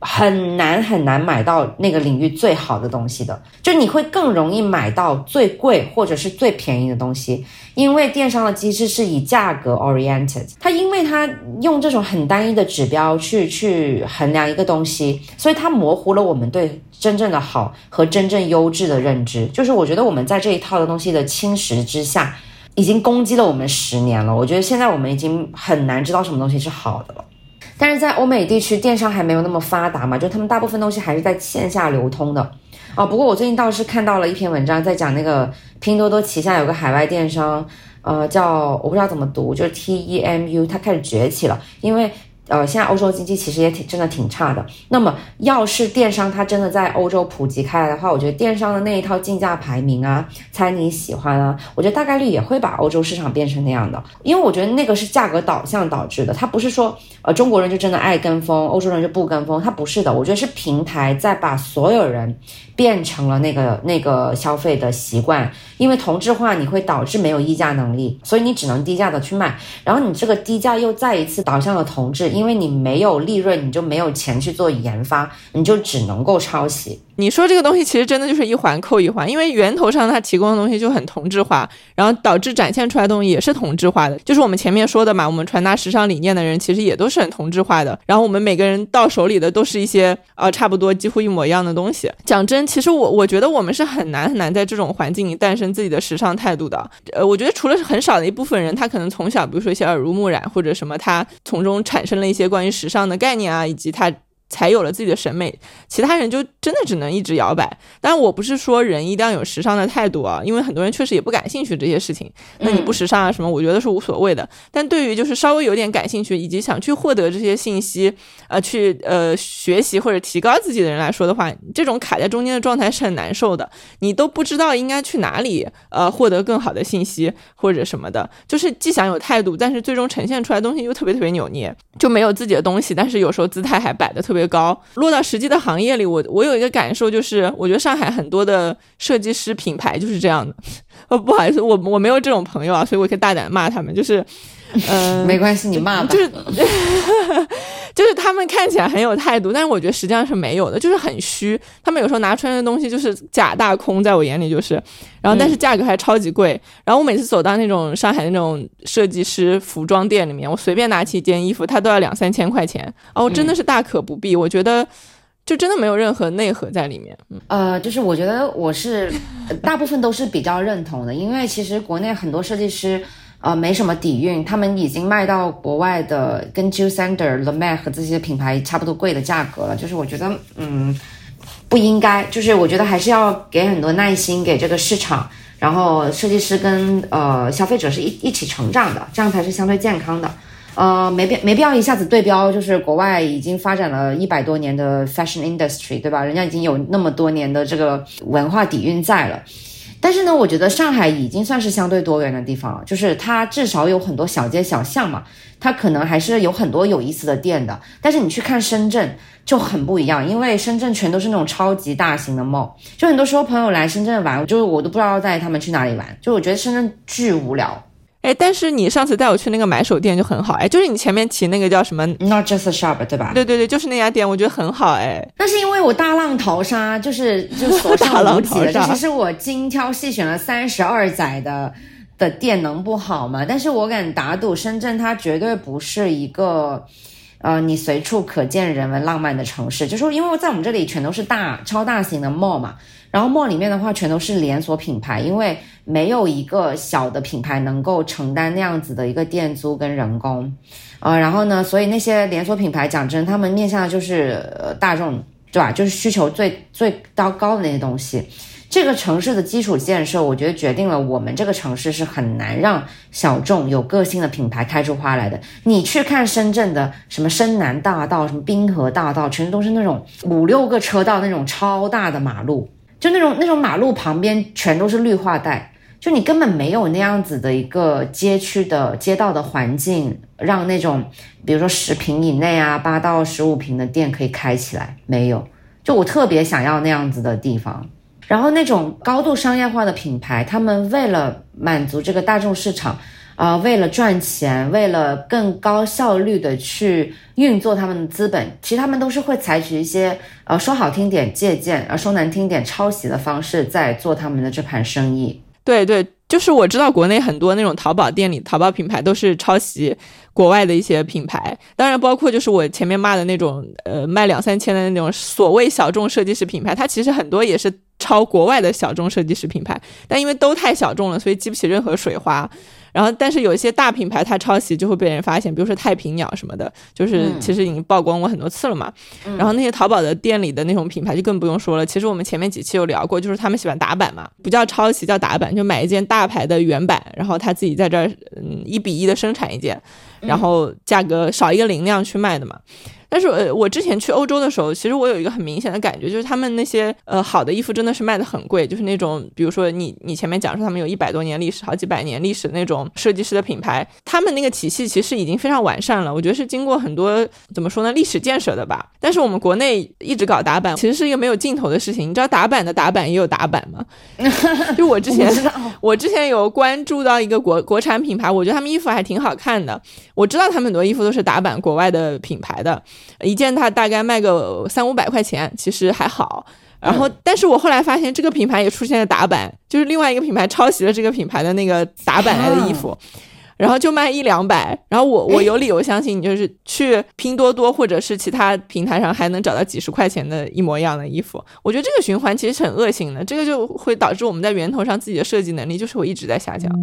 很难很难买到那个领域最好的东西的，就你会更容易买到最贵或者是最便宜的东西，因为电商的机制是以价格 oriented， 它因为它用这种很单一的指标去去衡量一个东西，所以它模糊了我们对真正的好和真正优质的认知。就是我觉得我们在这一套的东西的侵蚀之下，已经攻击了我们十年了，我觉得现在我们已经很难知道什么东西是好的了。但是在欧美地区电商还没有那么发达嘛，就他们大部分东西还是在线下流通的哦。不过我最近倒是看到了一篇文章，在讲那个拼多多旗下有个海外电商，呃，叫我不知道怎么读，就是 T E M U， 它开始崛起了，因为呃，现在欧洲经济其实也挺真的挺差的。那么要是电商它真的在欧洲普及开来的话，我觉得电商的那一套竞价排名啊，猜你喜欢啊，我觉得大概率也会把欧洲市场变成那样的。因为我觉得那个是价格导向导致的，它不是说呃中国人就真的爱跟风，欧洲人就不跟风，它不是的。我觉得是平台在把所有人变成了那个那个消费的习惯，因为同质化你会导致没有议价能力，所以你只能低价的去卖，然后你这个低价又再一次导向了同质，因为你没有利润，你就没有钱去做研发，你就只能够抄袭。 你说这个东西其实真的就是一环扣一环，因为源头上它提供的东西就很同质化，然后导致展现出来的东西也是同质化的，就是我们前面说的嘛，我们传达时尚理念的人其实也都是很同质化的，然后我们每个人到手里的都是一些呃差不多几乎一模一样的东西。讲真，其实我我觉得我们是很难很难在这种环境里诞生自己的时尚态度的。呃，我觉得除了很少的一部分人，他可能从小比如说一些耳濡目染或者什么，他从中产生了一些关于时尚的概念啊，以及他才有了自己的审美，其他人就真的只能一直摇摆。当然我不是说人一定要有时尚的态度啊，因为很多人确实也不感兴趣这些事情，那你不时尚啊什么我觉得是无所谓的，但对于就是稍微有点感兴趣以及想去获得这些信息呃，去呃学习或者提高自己的人来说的话，这种卡在中间的状态是很难受的，你都不知道应该去哪里呃获得更好的信息或者什么的，就是既想有态度，但是最终呈现出来的东西又特别特别扭捏，就没有自己的东西，但是有时候姿态还摆得特别高。落到实际的行业里，我我有一个感受，就是我觉得上海很多的设计师品牌就是这样的。哦，不好意思，我我没有这种朋友啊，所以我可以大胆骂他们，就是，嗯、呃， 没关系，你骂吧。 就是就是他们看起来很有态度，但是我觉得实际上是没有的，就是很虚。他们有时候拿出来的东西就是假大空，在我眼里就是，然后但是价格还超级贵。嗯、然后我每次走到那种上海那种设计师服装店里面，我随便拿起一件衣服，它都要两三千块钱，哦，真的是大可不必。嗯、我觉得。就真的没有任何内核在里面。 呃，就是我觉得我是大部分都是比较认同的，因为其实国内很多设计师呃没什么底蕴，他们已经卖到国外的跟 Jil Sander、Le Mac 和这些品牌差不多贵的价格了。就是我觉得嗯不应该，就是我觉得还是要给很多耐心给这个市场，然后设计师跟呃消费者是一一起成长的，这样才是相对健康的。呃，没必没必要一下子对标，就是国外已经发展了一百多年的 fashion industry， 对吧？人家已经有那么多年的这个文化底蕴在了。但是呢，我觉得上海已经算是相对多元的地方了，就是它至少有很多小街小巷嘛，它可能还是有很多有意思的店的。但是你去看深圳就很不一样，因为深圳全都是那种超级大型的 mall， 就很多时候朋友来深圳玩，就是我都不知道带他们去哪里玩，就我觉得深圳巨无聊。 哎，但是你上次带我去那个买手店就很好，哎，就是你前面提那个叫什么 Not Just a Shop， 对吧？ 对对对，就是那家店，我觉得很好，哎。 那是因为我大浪淘沙，就是就所剩无几了，这其实我精挑细选了三十二载的的店，能不好吗？但是我敢打赌，深圳它绝对不是一个呃你随处可见人文浪漫的城市，就是因为在我们这里全都是大超大型的 mall 嘛。然后 mall 里面的话全都是连锁品牌，因为没有一个小的品牌能够承担那样子的一个店租跟人工，呃，然后呢，所以那些连锁品牌讲真，他们面向的就是呃大众，对吧？就是需求最最高高的那些东西。这个城市的基础建设，我觉得决定了我们这个城市是很难让小众有个性的品牌开出花来的。你去看深圳的什么深南大道、什么滨河大道，全都是那种五六个车道那种超大的马路。就那种那种马路旁边全都是绿化带，就你根本没有那样子的一个街区的街道的环境，让那种比如说十平以内啊，八到十五平的店可以开起来，没有。就我特别想要那样子的地方。然后那种高度商业化的品牌，他们为了满足这个大众市场， 呃，为了赚钱，为了更高效率的去运作他们的资本，其实他们都是会采取一些呃说好听点借鉴，呃说难听点抄袭的方式在做他们的这盘生意。 对对，就是我知道国内很多那种淘宝店里淘宝品牌都是抄袭国外的一些品牌，当然包括就是我前面骂的那种呃卖两三千的那种所谓小众设计师品牌，它其实很多也是抄国外的小众设计师品牌，但因为都太小众了，所以激不起任何水花。然后但是有一些大品牌它抄袭就会被人发现，比如说太平鸟什么的，就是其实已经曝光过很多次了嘛、嗯、然后那些淘宝的店里的那种品牌就更不用说了，其实我们前面几期有聊过，就是他们喜欢打版嘛，不叫抄袭叫打版，就买一件大牌的原版，然后他自己在这儿嗯一比一的生产一件，然后价格少一个零量去卖的嘛。但是呃，我之前去欧洲的时候，其实我有一个很明显的感觉，就是他们那些呃好的衣服真的是卖的很贵，就是那种比如说你你前面讲说他们有一百多年历史，好几百年历史的那种设计师的品牌，他们那个体系其实已经非常完善了，我觉得是经过很多怎么说呢历史建设的吧。但是我们国内一直搞打版，其实是一个没有尽头的事情。你知道打版的打版也有打版吗？就我之前我, 我之前有关注到一个国国产品牌，我觉得他们衣服还挺好看的，我知道他们很多衣服都是打版国外的品牌的，一件它大概卖个三五百块钱，其实还好。然后但是我后来发现这个品牌也出现了打版，就是另外一个品牌抄袭了这个品牌的那个打版来的衣服，然后就卖一两百。然后我我有理由相信你就是去拼多多或者是其他平台上还能找到几十块钱的一模一样的衣服。我觉得这个循环其实是很恶性的，这个就会导致我们在源头上自己的设计能力就是会一直在下降。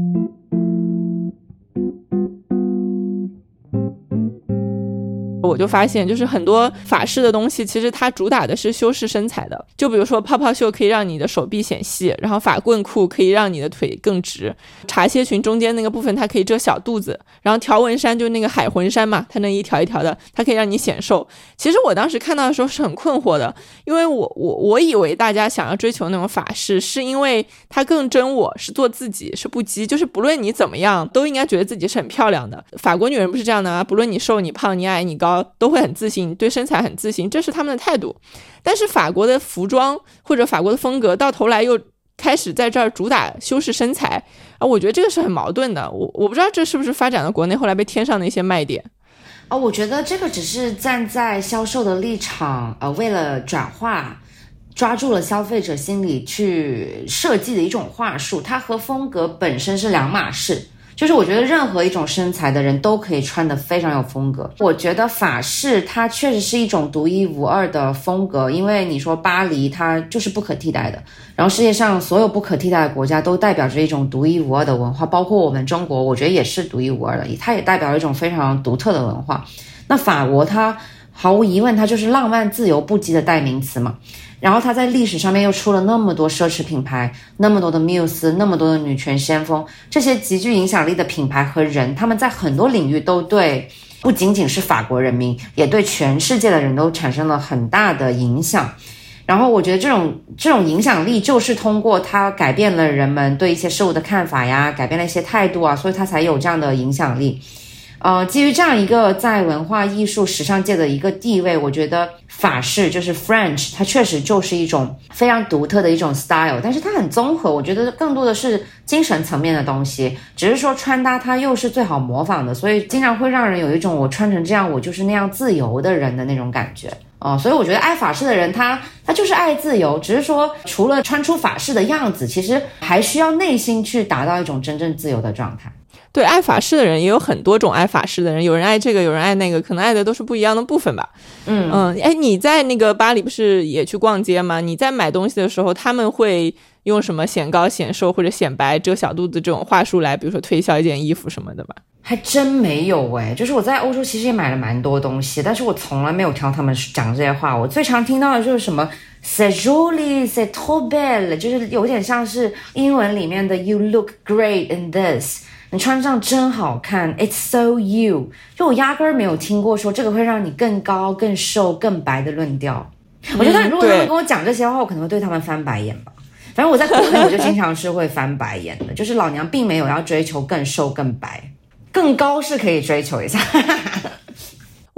我就发现就是很多法式的东西其实它主打的是修饰身材的，就比如说泡泡袖可以让你的手臂显细，然后法棍裤可以让你的腿更直，茶歇裙中间那个部分它可以遮小肚子，然后条纹衫就那个海魂衫嘛，它那一条一条的它可以让你显瘦。其实我当时看到的时候是很困惑的，因为我我我以为大家想要追求那种法式是因为它更真我，是做自己，是不羁，就是不论你怎么样都应该觉得自己是很漂亮的。法国女人不是这样的啊，不论你瘦你胖你矮你高都会很自信，对身材很自信，这是他们的态度。但是法国的服装或者法国的风格到头来又开始在这儿主打修饰身材啊，我觉得这个是很矛盾的。我我不知道这是不是发展到国内后来被添上的一些卖点。 哦，我觉得这个只是站在销售的立场，呃，为了转化抓住了消费者心理去设计的一种话术，它和风格本身是两码事。就是我觉得任何一种身材的人都可以穿得非常有风格。我觉得法式它确实是一种独一无二的风格，因为你说巴黎它就是不可替代的，然后世界上所有不可替代的国家都代表着一种独一无二的文化，包括我们中国我觉得也是独一无二的，它也代表一种非常独特的文化。那法国它毫无疑问它就是浪漫自由不羁的代名词嘛，然后它在历史上面又出了那么多奢侈品牌，那么多的缪斯，那么多的女权先锋，这些极具影响力的品牌和人，他们在很多领域都对不仅仅是法国人民，也对全世界的人都产生了很大的影响。然后我觉得这种这种影响力就是通过它改变了人们对一些事物的看法呀，改变了一些态度啊，所以它才有这样的影响力。呃，基于这样一个在文化艺术时尚界的一个地位，我觉得法式就是 French 它确实就是一种非常独特的一种 style， 但是它很综合，我觉得更多的是精神层面的东西，只是说穿搭它又是最好模仿的，所以经常会让人有一种我穿成这样我就是那样自由的人的那种感觉。哦、呃，所以我觉得爱法式的人他他就是爱自由，只是说除了穿出法式的样子，其实还需要内心去达到一种真正自由的状态。 对，爱法式的人也有很多种爱法式的人，有人爱这个有人爱那个，可能爱的都是不一样的部分吧。嗯嗯，哎，你在那个巴黎不是也去逛街吗？你在买东西的时候他们会用什么显高显瘦或者显白遮小肚子这种话术来比如说推销一件衣服什么的吧？ 还真没有诶，就是我在欧洲其实也买了蛮多东西，但是我从来没有听到他们讲这些话。我最常听到的就是什么 c'est joli, c'est trop belle， 就是有点像是英文里面的 you look great in this，你穿上真好看 It's so you， 就我压根儿没有听过说这个会让你更高更瘦更白的论调。我觉得如果他们跟我讲这些话，我可能会对他们翻白眼吧。反正我在国内我就经常是会翻白眼的，就是老娘并没有要追求更瘦更白，更高是可以追求一下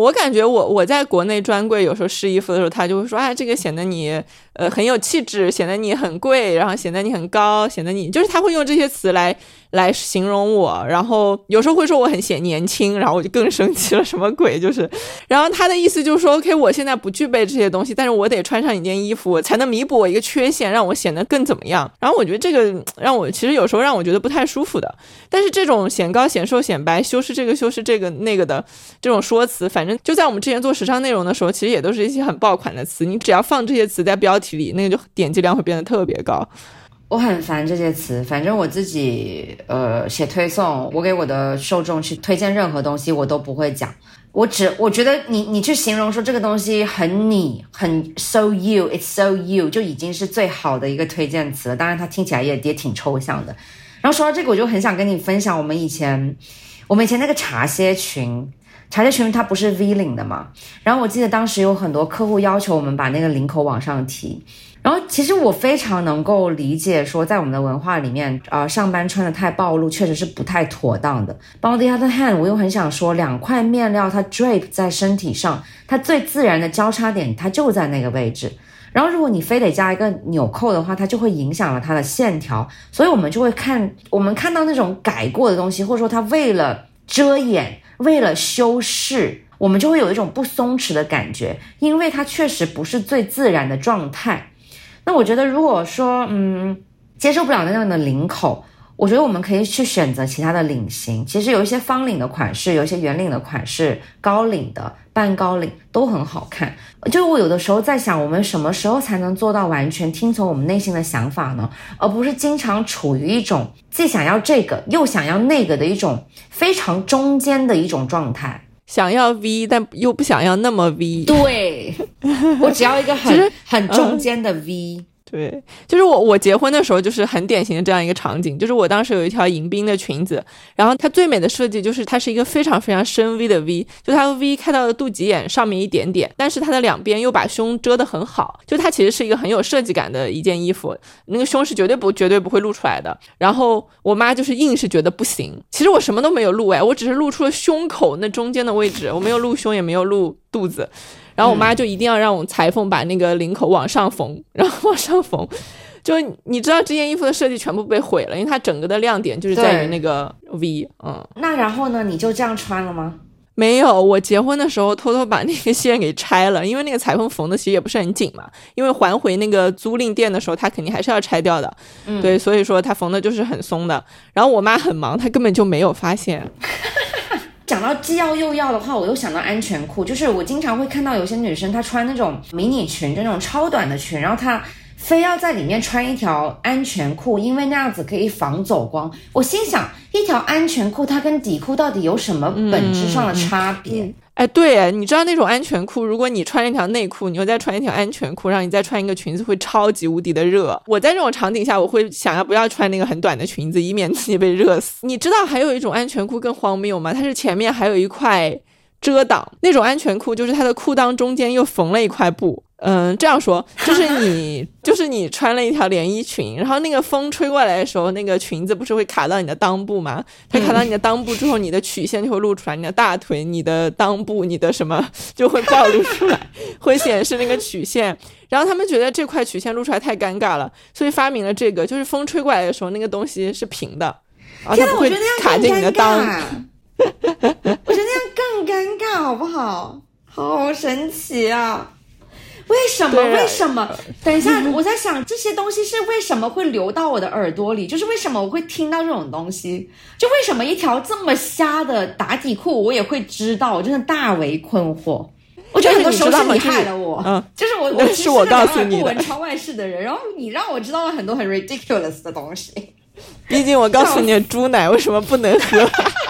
我感觉我我在国内专柜有时候试衣服的时候，他就会说啊，这个显得你呃很有气质，显得你很贵，然后显得你很高，显得你就是他会用这些词来来形容我，然后有时候会说我很显年轻，然后我就更生气了，什么鬼就是，然后他的意思就是说 OK 我现在不具备这些东西，但是我得穿上一件衣服，我才能弥补我一个缺陷，让我显得更怎么样。然后我觉得这个让我其实有时候让我觉得不太舒服的。但是这种显高显瘦显白修饰这个修饰这个那个的这种说辞，反正就在我们之前做时尚内容的时候，其实也都是一些很爆款的词，你只要放这些词在标题里，那个就点击量会变得特别高。 我很烦这些词，反正我自己呃写推送，我给我的受众去推荐任何东西我都不会讲，我只我觉得你你去形容说这个东西很你很 so you it's so you 就已经是最好的一个推荐词了，当然它听起来也也挺抽象的。然后说到这个，我就很想跟你分享我们以前我们以前那个茶歇群，茶歇群它不是 V 领的嘛，然后我记得当时有很多客户要求我们把那个领口往上提，然后其实我非常能够理解说在我们的文化里面呃，上班穿的太暴露确实是不太妥当的。 But on the other hand 我又很想说两块面料它 drape 在身体上，它最自然的交叉点它就在那个位置，然后如果你非得加一个纽扣的话，它就会影响了它的线条，所以我们就会看我们看到那种改过的东西，或者说它为了遮掩为了修饰，我们就会有一种不松弛的感觉，因为它确实不是最自然的状态。那我觉得如果说嗯接受不了那样的领口，我觉得我们可以去选择其他的领型，其实有一些方领的款式，有一些圆领的款式，高领的半高领都很好看。就我有的时候在想，我们什么时候才能做到完全听从我们内心的想法呢？而不是经常处于一种既想要这个又想要那个的一种非常中间的一种状态， 想要 V 但又不想要那么 V。 对，我只要一个很很中间的 V、嗯对，就是我我结婚的时候就是很典型的这样一个场景，就是我当时有一条迎宾的裙子，然后它最美的设计就是它是一个非常非常深 V 的 V， 就它的 V 开到了肚脐眼上面一点点，但是它的两边又把胸遮得很好，就它其实是一个很有设计感的一件衣服，那个胸是绝对不绝对不会露出来的。然后我妈就是硬是觉得不行，其实我什么都没有露哎，我只是露出了胸口那中间的位置，我没有露胸也没有露肚子，然后我妈就一定要让我裁缝把那个领口往上缝，然后往上缝，就你知道这件衣服的设计全部被毁了，因为它整个的亮点就是在于那个 V。 嗯， 那然后呢，你就这样穿了吗？ 没有，我结婚的时候偷偷把那个线给拆了，因为那个裁缝缝的其实也不是很紧嘛，因为还回那个租赁店的时候他肯定还是要拆掉的、嗯、对，所以说他缝的就是很松的，然后我妈很忙，她根本就没有发现。 讲到既要又要的话，我又想到安全裤，就是我经常会看到有些女生她穿那种迷你裙，这种超短的裙，然后她非要在里面穿一条安全裤，因为那样子可以防走光。我心想，一条安全裤它跟底裤到底有什么本质上的差别？嗯嗯哎，对，你知道那种安全裤，如果你穿一条内裤，你又再穿一条安全裤，然后你再穿一个裙子，会超级无敌的热。我在这种场景下，我会想要不要穿那个很短的裙子，以免自己被热死。你知道还有一种安全裤更荒谬吗？它是前面还有一块遮挡，那种安全裤就是它的裤裆中间又缝了一块布。嗯，这样说就是你就是你穿了一条连衣裙，然后那个风吹过来的时候，那个裙子不是会卡到你的裆部吗？它卡到你的裆部之后，你的曲线就会露出来，你的大腿、你的裆部、你的什么就会暴露出来，会显示那个曲线。然后他们觉得这块曲线露出来太尴尬了，所以发明了这个，就是风吹过来的时候，那个东西是平的，然后它不会卡进你的裆。 我觉得那样更尴尬，好不好？好神奇啊！为什么？为什么？等一下，我在想这些东西是为什么会流到我的耳朵里？就是为什么我会听到这种东西？就为什么一条这么瞎的打底裤我也会知道？我真的大为困惑。我觉得很多时候是你害了我，嗯，就是我，我是我告诉你的， 不闻窗外事的人，然后你让我知道了很多很 ridiculous 的东西。 毕竟我告诉你，猪奶为什么不能喝？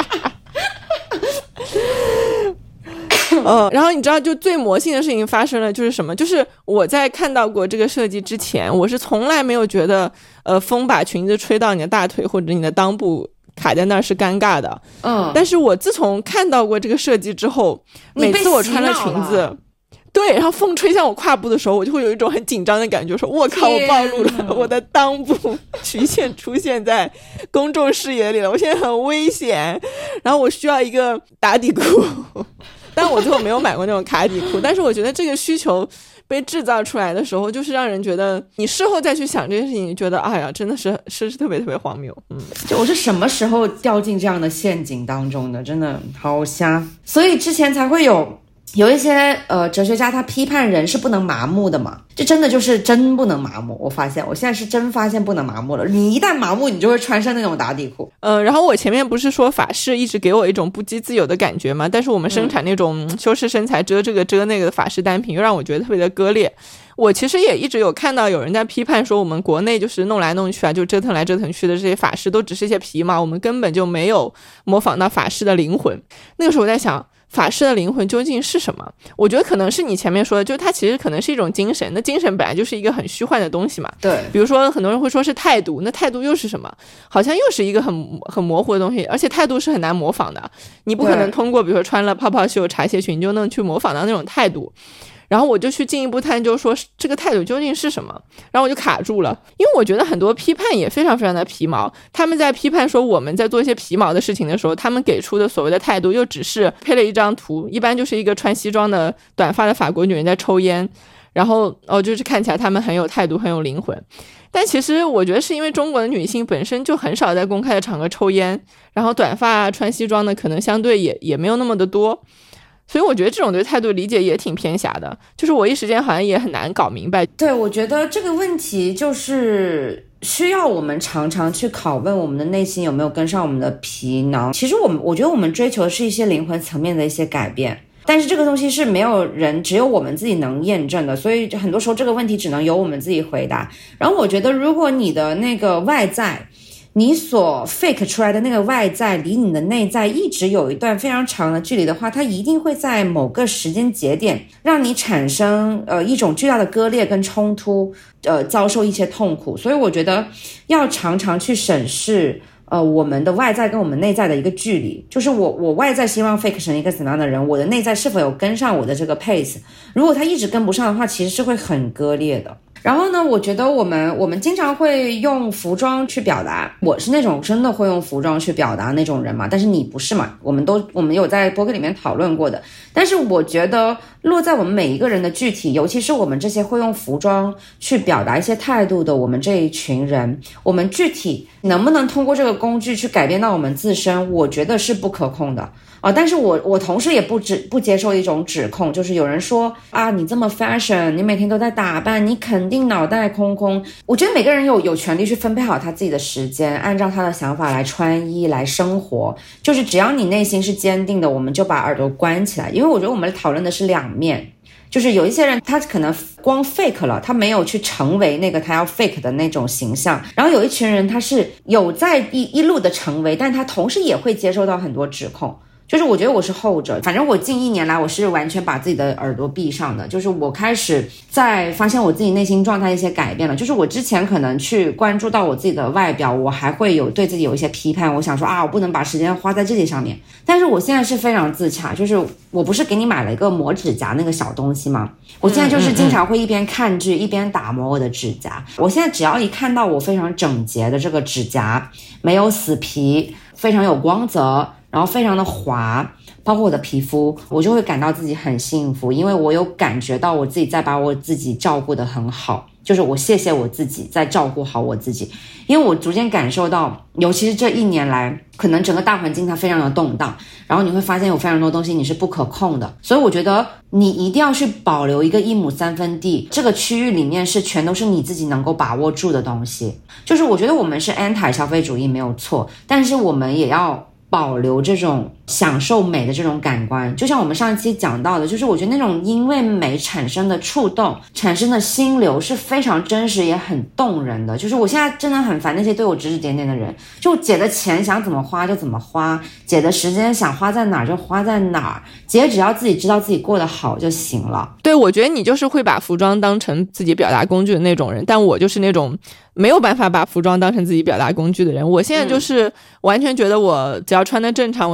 嗯，然后你知道就最魔性的事情发生了，就是什么？就是我在看到过这个设计之前，我是从来没有觉得呃风把裙子吹到你的大腿或者你的裆部卡在那儿是尴尬的。嗯，但是我自从看到过这个设计之后，每次我穿了裙子，对，然后风吹向我胯部的时候，我就会有一种很紧张的感觉，说我靠，我暴露了，我的裆部曲线出现在公众视野里了，我现在很危险，然后我需要一个打底裤。 但我最后没有买过那种卡底裤。但是我觉得这个需求被制造出来的时候，就是让人觉得你事后再去想这件事情，你觉得哎呀真的是是特别特别荒谬。嗯， 就我是什么时候掉进这样的陷阱当中的，真的好瞎。所以之前才会有有一些呃哲学家他批判人是不能麻木的嘛，这真的就是真不能麻木。我发现我现在是真发现不能麻木了，你一旦麻木你就会穿上那种打底裤。 呃，然后我前面不是说法式一直给我一种不羁自由的感觉嘛，但是我们生产那种修饰身材遮这个遮那个的法式单品又让我觉得特别的割裂。我其实也一直有看到有人在批判说我们国内就是弄来弄去啊，就折腾来折腾去的这些法式都只是一些皮毛，我们根本就没有模仿到法式的灵魂。那个时候我在想法式的灵魂究竟是什么？我觉得可能是你前面说的，就是它其实可能是一种精神，那精神本来就是一个很虚幻的东西嘛。 对， 比如说很多人会说是态度，那态度又是什么？好像又是一个很很模糊的东西，而且态度是很难模仿的，你不可能通过比如说穿了泡泡袖茶鞋裙就能去模仿到那种态度。然后我就去进一步探究说这个态度究竟是什么，然后我就卡住了。因为我觉得很多批判也非常非常的皮毛，他们在批判说我们在做一些皮毛的事情的时候，他们给出的所谓的态度又只是配了一张图，一般就是一个穿西装的短发的法国女人在抽烟，然后哦就是看起来他们很有态度很有灵魂。但其实我觉得是因为中国的女性本身就很少在公开的场合抽烟，然后短发穿西装的可能相对也也没有那么的多，所以我觉得这种对态度理解也挺偏狭的，就是我一时间好像也很难搞明白。 对，我觉得这个问题就是需要我们常常去拷问我们的内心有没有跟上我们的皮囊。其实我们我觉得我们追求的是一些灵魂层面的一些改变，但是这个东西是没有人只有我们自己能验证的，所以很多时候这个问题只能由我们自己回答。然后我觉得如果你的那个外在，你所 fake 出来的那个外在离你的内在一直有一段非常长的距离的话，它一定会在某个时间节点让你产生呃一种巨大的割裂跟冲突，呃遭受一些痛苦。所以我觉得要常常去审视呃我们的外在跟我们内在的一个距离，就是我我外在希望 fake 成一个怎么样的人，我的内在是否有跟上我的这个 pace， 如果它一直跟不上的话，其实是会很割裂的。然后呢，我觉得我们我们经常会用服装去表达，我是那种真的会用服装去表达那种人嘛，但是你不是嘛，我们都我们有在播客里面讨论过的。但是我觉得落在我们每一个人的具体，尤其是我们这些会用服装去表达一些态度的我们这一群人，我们具体能不能通过这个工具去改变到我们自身，我觉得是不可控的啊，但是我我同时也不指不接受一种指控，就是有人说啊，你这么 fashion， 你每天都在打扮，你肯定脑袋空空。我觉得每个人有有权利去分配好他自己的时间，按照他的想法来穿衣来生活，就是只要你内心是坚定的，我们就把耳朵关起来。因为我觉得我们讨论的是两面，就是有一些人他可能光 fake 了，他没有去成为那个他要 fake 的那种形象，然后有一群人他是有在一一路的成为，但他同时也会接受到很多指控。就是我觉得我是后者，反正我近一年来我是完全把自己的耳朵闭上的，就是我开始在发现我自己内心状态一些改变了。就是我之前可能去关注到我自己的外表，我还会有对自己有一些批判，我想说啊，我不能把时间花在这些上面。但是我现在是非常自洽，就是我不是给你买了一个磨指甲那个小东西吗？我现在就是经常会一边看剧一边打磨我的指甲。我现在只要一看到我非常整洁的这个指甲，没有死皮，非常有光泽，然后非常的滑，包括我的皮肤，我就会感到自己很幸福，因为我有感觉到我自己在把我自己照顾得很好，就是我谢谢我自己在照顾好我自己。因为我逐渐感受到，尤其是这一年来，可能整个大环境它非常的动荡，然后你会发现有非常多东西你是不可控的，所以我觉得你一定要去保留一个一亩三分地，这个区域里面是全都是你自己能够把握住的东西。就是我觉得我们是 anti 消费主义没有错，但是我们也要保留这种享受美的这种感官。就像我们上一期讲到的，就是我觉得那种因为美产生的触动产生的心流是非常真实也很动人的。就是我现在真的很烦那些对我指指点点的人，就姐的钱想怎么花就怎么花，姐的时间想花在哪儿就花在哪儿，姐只要自己知道自己过得好就行了。 对，我觉得你就是会把服装当成自己表达工具的那种人，但我就是那种没有办法把服装当成自己表达工具的人。我现在就是完全觉得我只要穿得正常，我只要得体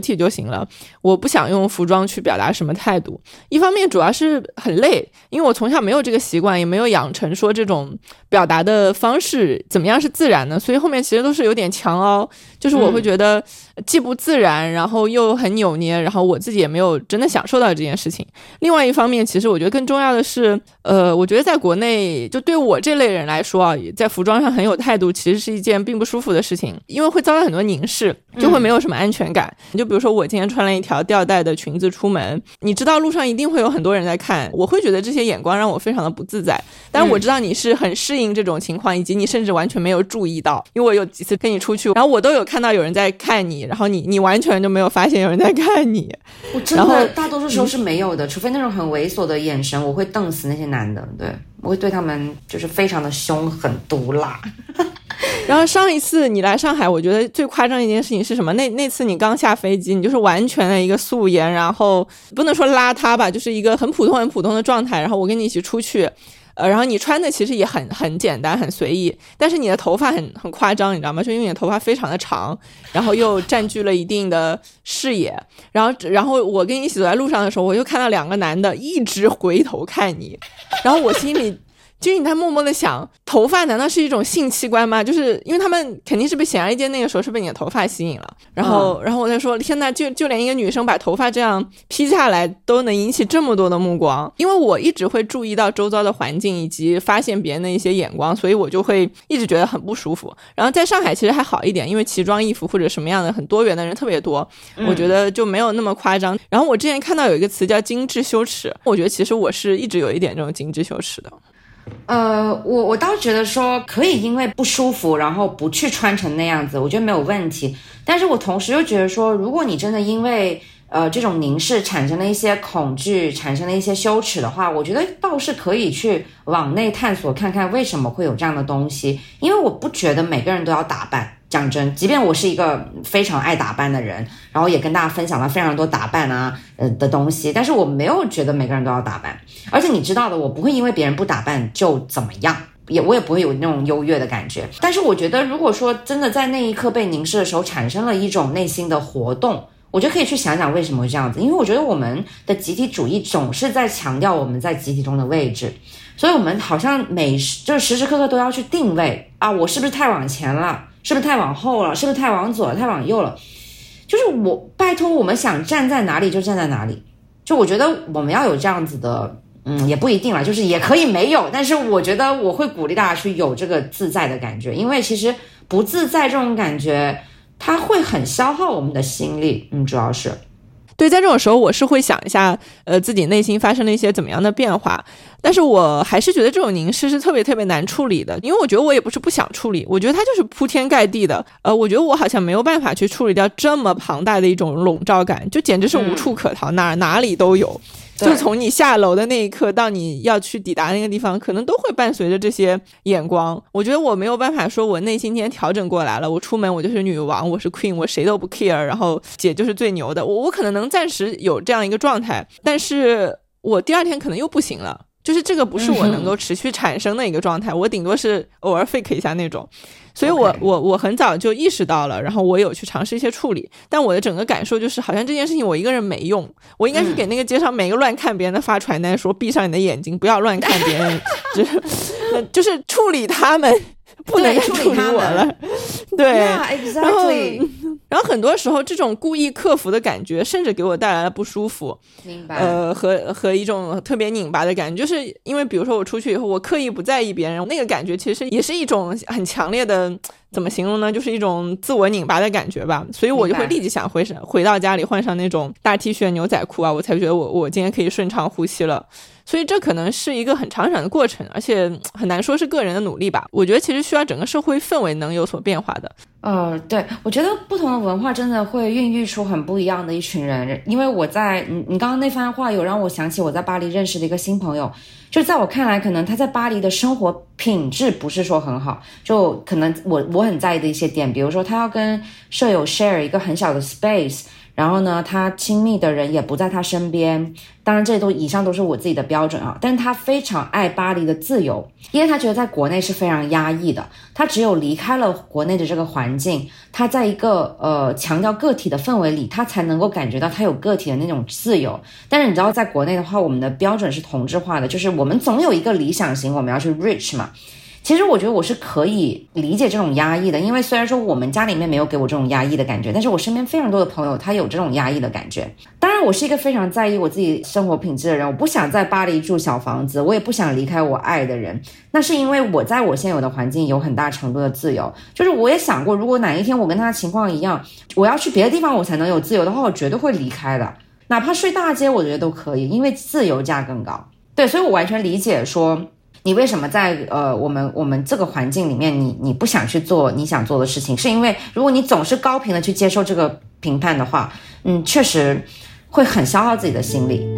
体就行了，我不想用服装去表达什么态度。一方面主要是很累，因为我从小没有这个习惯，也没有养成说这种表达的方式怎么样是自然的，所以后面其实都是有点强凹，就是我会觉得既不自然，然后又很扭捏，然后我自己也没有真的享受到这件事情。另外一方面，其实我觉得更重要的是呃，我觉得在国内就对我这类人来说啊，在服装上很有态度其实是一件并不舒服的事情，因为会遭到很多凝视，就会没有什么安全感、嗯、就比如说我今天穿了一条吊带的裙子出门，你知道路上一定会有很多人在看，我会觉得这些眼光让我非常的不自在。但是我知道你是很适应这种情况，以及你甚至完全没有注意到，因为我有几次跟你出去，然后我都有看到有人在看你，然后你你完全就没有发现有人在看你。 我真的大多数时候是没有的、嗯、除非那种很猥琐的眼神，我会瞪死那些男的，对，我会对他们就是非常的凶狠毒辣。 然后上一次你来上海，我觉得最夸张的一件事情是什么？那那次你刚下飞机，你就是完全的一个素颜，然后不能说邋遢吧，就是一个很普通很普通的状态，然后我跟你一起出去，呃，然后你穿的其实也很很简单很随意，但是你的头发很很夸张，你知道吗？就因为你的头发非常的长，然后又占据了一定的视野，然后然后我跟你一起走在路上的时候，我就看到两个男的一直回头看你，然后我心里就是你在默默的想，头发难道是一种性器官吗？就是因为他们肯定是被显而易见那个时候是被你的头发吸引了，然后、嗯、然后我在说天哪，就就连一个女生把头发这样披下来都能引起这么多的目光。因为我一直会注意到周遭的环境以及发现别人的一些眼光，所以我就会一直觉得很不舒服。然后在上海其实还好一点，因为奇装异服或者什么样的很多元的人特别多、嗯、我觉得就没有那么夸张。然后我之前看到有一个词叫精致羞耻，我觉得其实我是一直有一点这种精致羞耻的。 呃，我我倒觉得说可以因为不舒服然后不去穿成那样子，我觉得没有问题。但是我同时又觉得说，如果你真的因为呃这种凝视产生了一些恐惧，产生了一些羞耻的话，我觉得倒是可以去往内探索看看为什么会有这样的东西。因为我不觉得每个人都要打扮，讲真，即便我是一个非常爱打扮的人，然后也跟大家分享了非常多打扮啊呃的东西，但是我没有觉得每个人都要打扮。而且你知道的，我不会因为别人不打扮就怎么样，也我也不会有那种优越的感觉。但是我觉得如果说真的在那一刻被凝视的时候产生了一种内心的活动，我就可以去想想为什么会这样子。因为我觉得我们的集体主义总是在强调我们在集体中的位置，所以我们好像每就是时时刻刻都要去定位啊，我是不是太往前了，是不是太往后了，是不是太往左了，太往右了。就是我拜托，我们想站在哪里就站在哪里。就我觉得我们要有这样子的嗯，也不一定啦，就是也可以没有，但是我觉得我会鼓励大家去有这个自在的感觉。因为其实不自在这种感觉它会很消耗我们的心力。嗯，主要是对，在这种时候我是会想一下呃，自己内心发生了一些怎么样的变化，但是我还是觉得这种凝视是特别特别难处理的。因为我觉得我也不是不想处理，我觉得它就是铺天盖地的，呃，我觉得我好像没有办法去处理掉这么庞大的一种笼罩感，就简直是无处可逃、嗯、哪哪里都有。就从你下楼的那一刻到你要去抵达那个地方，可能都会伴随着这些眼光。我觉得我没有办法说我内心今天调整过来了，我出门我就是女王，我是 queen， 我谁都不 care， 然后姐就是最牛的。我我可能能暂时有这样一个状态，但是我第二天可能又不行了，就是这个不是我能够持续产生的一个状态、嗯、我顶多是偶尔 fake 一下那种。所以我、okay. 我我很早就意识到了，然后我有去尝试一些处理，但我的整个感受就是好像这件事情我一个人没用，我应该是给那个街上每个乱看别人的发传单说闭上你的眼睛，不要乱看别人就是就是处理他们，不能再处理我了。对， yeah, exactly. 然后然后很多时候这种故意克服的感觉甚至给我带来了不舒服， 明白， 呃和和一种特别拧巴的感觉。就是因为比如说我出去以后我刻意不在意别人，那个感觉其实也是一种很强烈的，怎么形容呢，就是一种自我拧巴的感觉吧。所以我就会立即想回回到家里换上那种大 T 恤牛仔裤啊，我才觉得我我今天可以顺畅呼吸了。所以这可能是一个很长远的过程，而且很难说是个人的努力吧。我觉得其实需要整个社会氛围能有所变化的。 呃，对，我觉得不同的文化真的会孕育出很不一样的一群人。因为我在你你刚刚那番话有让我想起我在巴黎认识的一个新朋友，就在我看来可能他在巴黎的生活品质不是说很好，就可能我我很在意的一些点，比如说他要跟舍友 share 一个很小的 space， 然后呢，他亲密的人也不在他身边。当然，这都以上都是我自己的标准啊。但是他非常爱巴黎的自由，因为他觉得在国内是非常压抑的。他只有离开了国内的这个环境，他在一个呃强调个体的氛围里，他才能够感觉到他有个体的那种自由。但是你知道，在国内的话，我们的标准是同质化的，就是我们总有一个理想型，我们要去 reach 嘛。其实我觉得我是可以理解这种压抑的，因为虽然说我们家里面没有给我这种压抑的感觉，但是我身边非常多的朋友他有这种压抑的感觉。当然我是一个非常在意我自己生活品质的人，我不想在巴黎住小房子，我也不想离开我爱的人，那是因为我在我现有的环境有很大程度的自由。就是我也想过，如果哪一天我跟他情况一样，我要去别的地方我才能有自由的话，我绝对会离开的，哪怕睡大街我觉得都可以，因为自由价更高。对，所以我完全理解说你为什么在呃我们我们这个环境里面你你不想去做你想做的事情，是因为如果你总是高频的去接受这个评判的话，嗯，确实会很消耗自己的心力。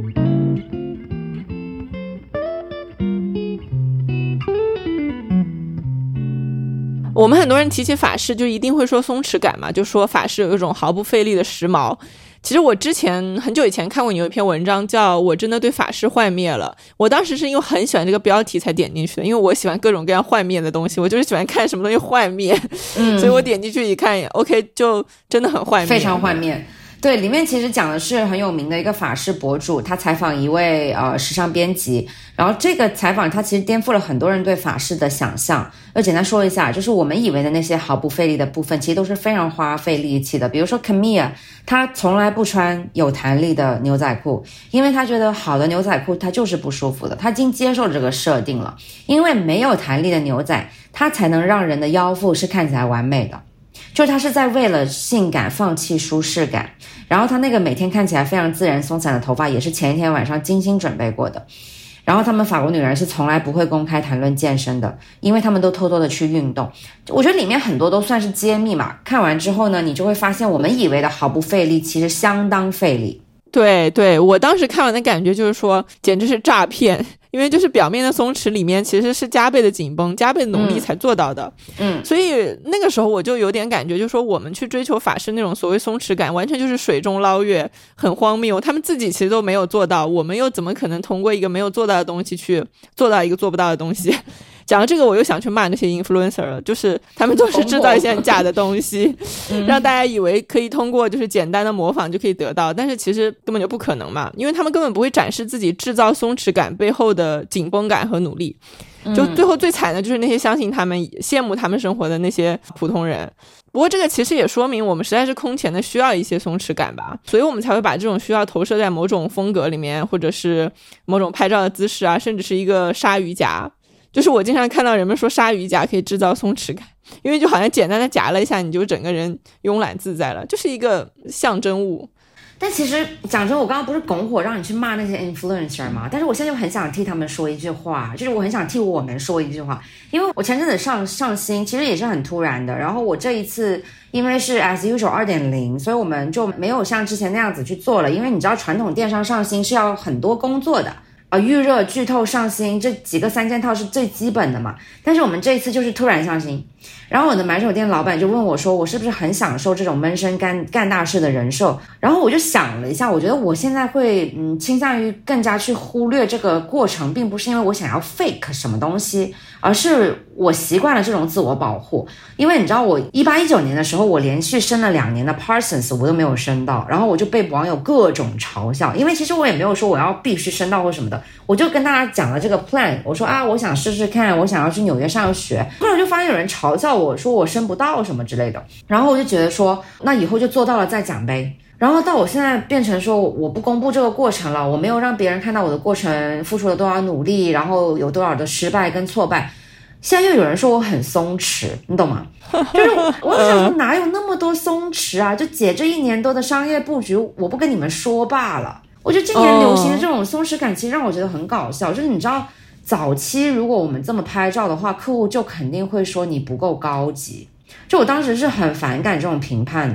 我们很多人提起法式就一定会说松弛感嘛，就说法式有一种毫不费力的时髦。其实我之前很久以前看过你有一篇文章叫我真的对法式幻灭了，我当时是因为很喜欢这个标题才点进去的，因为我喜欢各种各样幻灭的东西，我就是喜欢看什么东西幻灭、嗯、所以我点进去一看 OK 就真的很幻灭， 非常幻灭。对，里面其实讲的是很有名的一个法式博主，他采访一位呃时尚编辑，然后这个采访他其实颠覆了很多人对法式的想象。要简单说一下，就是我们以为的那些毫不费力的部分，其实都是非常花费力气的。比如说 Camille， 他从来不穿有弹力的牛仔裤，因为他觉得好的牛仔裤它就是不舒服的，他已经接受这个设定了，因为没有弹力的牛仔，它才能让人的腰腹是看起来完美的。就是他是在为了性感放弃舒适感，然后他那个每天看起来非常自然松散的头发也是前一天晚上精心准备过的。然后他们法国女人是从来不会公开谈论健身的，因为他们都偷偷的去运动。我觉得里面很多都算是揭秘嘛，看完之后呢，你就会发现我们以为的毫不费力其实相当费力。 对对，我当时看完的感觉就是说简直是诈骗，因为就是表面的松弛里面其实是加倍的紧绷，加倍的努力才做到的。嗯，所以那个时候我就有点感觉，就是说我们去追求法式那种所谓松弛感完全就是水中捞月，很荒谬，他们自己其实都没有做到，我们又怎么可能通过一个没有做到的东西去做到一个做不到的东西。讲到这个我又想去骂那些 influencer 了，就是他们都是制造一些很假的东西、嗯、让大家以为可以通过就是简单的模仿就可以得到，但是其实根本就不可能嘛，因为他们根本不会展示自己制造松弛感背后的紧绷感和努力。就最后最惨的就是那些相信他们羡慕他们生活的那些普通人。不过这个其实也说明我们实在是空前的需要一些松弛感吧，所以我们才会把这种需要投射在某种风格里面，或者是某种拍照的姿势啊，甚至是一个鲨鱼夹。就是我经常看到人们说鲨鱼夹可以制造松弛感，因为就好像简单的夹了一下你就整个人慵懒自在了，就是一个象征物。 但其实讲真，我刚刚不是拱火让你去骂那些 influencer 吗？但是我现在就很想替他们说一句话，就是我很想替我们说一句话，因为我前阵子上上新其实也是很突然的，然后我这一次因为是 as usual 二点零， 所以我们就没有像之前那样子去做了，因为你知道传统电商上新是要很多工作的呃，预热、剧透、上新这几个三件套是最基本的嘛，但是我们这一次就是突然上新，然后我的买手店老板就问我说我是不是很享受这种闷声干干大事的人设，然后我就想了一下，我觉得我现在会嗯倾向于更加去忽略这个过程，并不是因为我想要 fake 什么东西，而是我习惯了这种自我保护。因为你知道我一八一九年的时候我连续升了两年的 Parsons 我都没有升到，然后我就被网友各种嘲笑，因为其实我也没有说我要必须升到或什么的，我就跟大家讲了这个 plan， 我说啊我想试试看，我想要去纽约上学，后来就发现有人嘲笑我说我升不到什么之类的，然后我就觉得说那以后就做到了再讲呗。然后到我现在变成说我不公布这个过程了，我没有让别人看到我的过程付出了多少努力，然后有多少的失败跟挫败，现在又有人说我很松弛，你懂吗？就是我我想说哪有那么多松弛啊，就姐这一年多的商业布局我不跟你们说罢了。我觉得今年流行的这种松弛感其实让我觉得很搞笑，就是你知道早期如果我们这么拍照的话，客户就肯定会说你不够高级，就我当时是很反感这种评判的。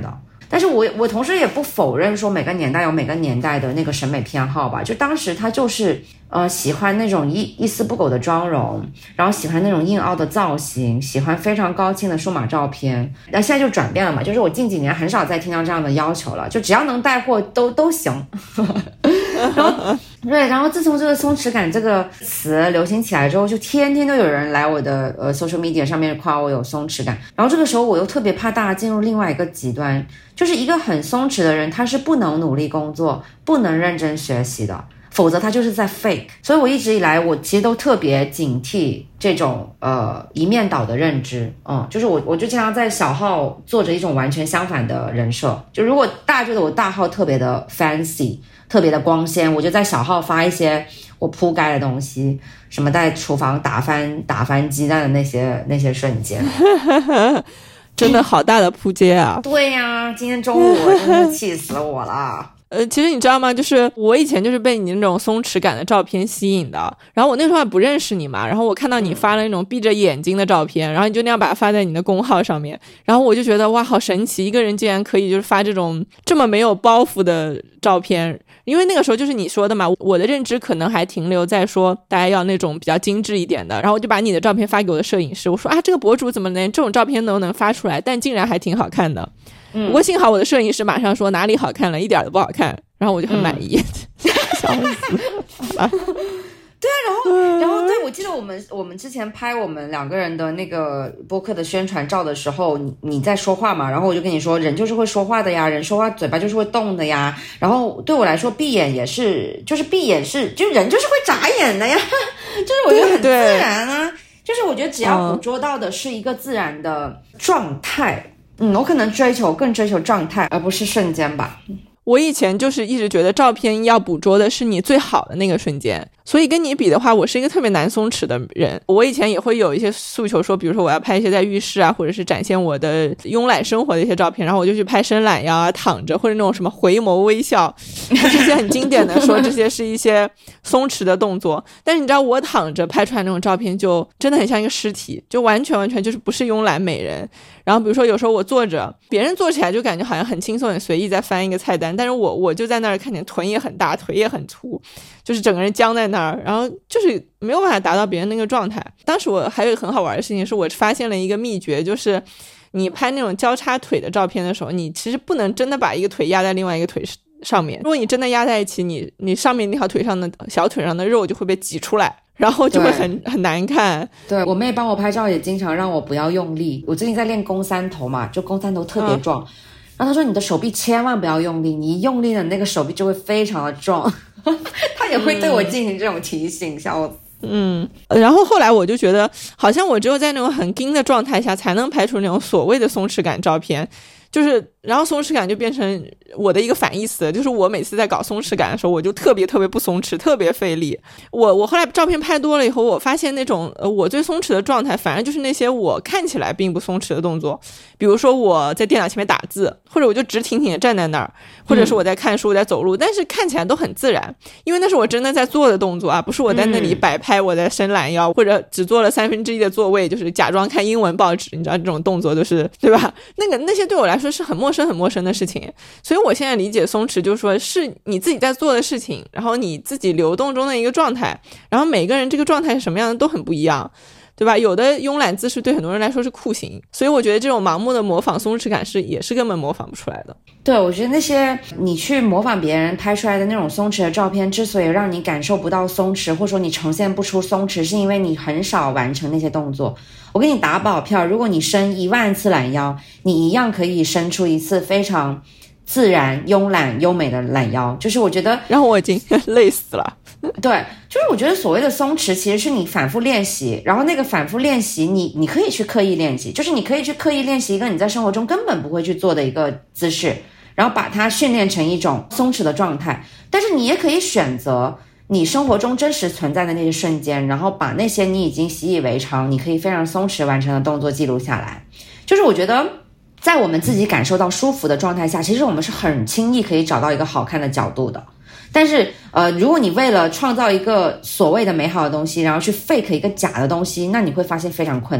但是我我同时也不否认说每个年代有每个年代的那个审美偏好吧，就当时他就是呃喜欢那种一一丝不苟的妆容，然后喜欢那种硬凹的造型，喜欢非常高清的数码照片。那现在就转变了嘛，就是我近几年很少再听到这样的要求了，就只要能带货都都行。然后对，然后自从这个松弛感这个词流行起来之后，就天天都有人来我的呃 social media 上面夸我有松弛感。然后这个时候我又特别怕大家进入另外一个极端，就是一个很松弛的人，他是不能努力工作，不能认真学习的，否则他就是在 fake。 所以我一直以来我其实都特别警惕这种呃一面倒的认知。嗯，就是我我就经常在小号做着一种完全相反的人设，就如果大家觉得我大号特别的 fancy，特别的光鲜，我就在小号发一些我铺盖的东西，什么在厨房打翻打翻鸡蛋的那些那些瞬间。 真的好大的扑街啊。 对呀、啊，今天中午真的气死我了。 呃，其实你知道吗？就是我以前就是被你那种松弛感的照片吸引的，然后我那时候还不认识你嘛，然后我看到你发了那种闭着眼睛的照片，然后你就那样把它发在你的公号上面，然后我就觉得哇，好神奇，一个人竟然可以就是发这种这么没有包袱的照片。因为那个时候就是你说的嘛，我的认知可能还停留在说大家要那种比较精致一点的，然后我就把你的照片发给我的摄影师，我说啊，这个博主怎么连这种照片都能发出来，但竟然还挺好看的。不过幸好我的摄影师马上说哪里好看了，一点都不好看，然后我就很满意。笑死。 对啊，然后然后对，我记得我们我们之前拍我们两个人的那个播客的宣传照的时候，你你在说话嘛，然后我就跟你说，人就是会说话的呀，人说话嘴巴就是会动的呀。然后对我来说，闭眼也是，就是闭眼是，就人就是会眨眼的呀，就是我觉得很自然啊。就是我觉得只要捕捉到的是一个自然的状态。嗯，我可能追求更追求状态，而不是瞬间吧。 我以前就是一直觉得照片要捕捉的是你最好的那个瞬间，所以跟你比的话，我是一个特别难松弛的人。我以前也会有一些诉求说，比如说我要拍一些在浴室啊，或者是展现我的慵懒生活的一些照片，然后我就去拍伸懒腰啊，躺着，或者那种什么回眸微笑，这些很经典的说这些是一些松弛的动作。但是你知道我躺着拍出来那种照片就真的很像一个尸体，就完全完全就是不是慵懒美人。然后比如说有时候我坐着，别人坐起来就感觉好像很轻松很随意在翻一个菜单，但是我我就在那儿看见臀也很大，腿也很粗，就是整个人僵在那儿，然后就是没有办法达到别人那个状态。当时我还有一个很好玩的事情是，我发现了一个秘诀，就是你拍那种交叉腿的照片的时候，你其实不能真的把一个腿压在另外一个腿上面，如果你真的压在一起，你你上面那条腿上的小腿上的肉就会被挤出来，然后就会很很难看。 对，我妹帮我拍照也经常让我不要用力。我最近在练肱三头嘛，就肱三头特别壮、嗯、然后她说你的手臂千万不要用力，你一用力的那个手臂就会非常的壮。她也会对我进行这种提醒，笑死。 嗯，然后后来我就觉得好像我只有在那种很硬的状态下才能拍出那种所谓的松弛感照片，就是然后松弛感就变成我的一个反义词，就是我每次在搞松弛感的时候，我就特别特别不松弛，特别费力。我我后来照片拍多了以后，我发现那种呃我最松弛的状态，反而就是那些我看起来并不松弛的动作，比如说我在电脑前面打字，或者我就直挺挺的站在那儿，或者是我在看书，我在走路，但是看起来都很自然，因为那是我真的在做的动作啊，不是我在那里摆拍我在伸懒腰，或者只做了三分之一的座位，就是假装看英文报纸，你知道这种动作就是对吧？那个那些对我来说是很陌生很陌生的事情。所以我现在理解松弛就是说是你自己在做的事情，然后你自己流动中的一个状态，然后每个人这个状态是什么样的都很不一样，对吧？有的慵懒姿势对很多人来说是酷刑，所以我觉得这种盲目的模仿松弛感是也是根本模仿不出来的。 对，我觉得那些你去模仿别人拍出来的那种松弛的照片，之所以让你感受不到松弛，或者说你呈现不出松弛，是因为你很少完成那些动作。我给你打保票，如果你伸一万次懒腰，你一样可以伸出一次非常自然慵懒优美的懒腰。就是我觉得然后我已经累死了。 对，就是我觉得所谓的松弛其实是你反复练习，然后那个反复练习你你可以去刻意练习，就是你可以去刻意练习一个你在生活中根本不会去做的一个姿势，然后把它训练成一种松弛的状态。但是你也可以选择你生活中真实存在的那些瞬间，然后把那些你已经习以为常你可以非常松弛完成的动作记录下来。就是我觉得在我们自己感受到舒服的状态下，其实我们是很轻易可以找到一个好看的角度的。但是呃，如果你为了创造一个所谓的美好的东西，然后去 fake 一个假的东西，那你会发现非常困难。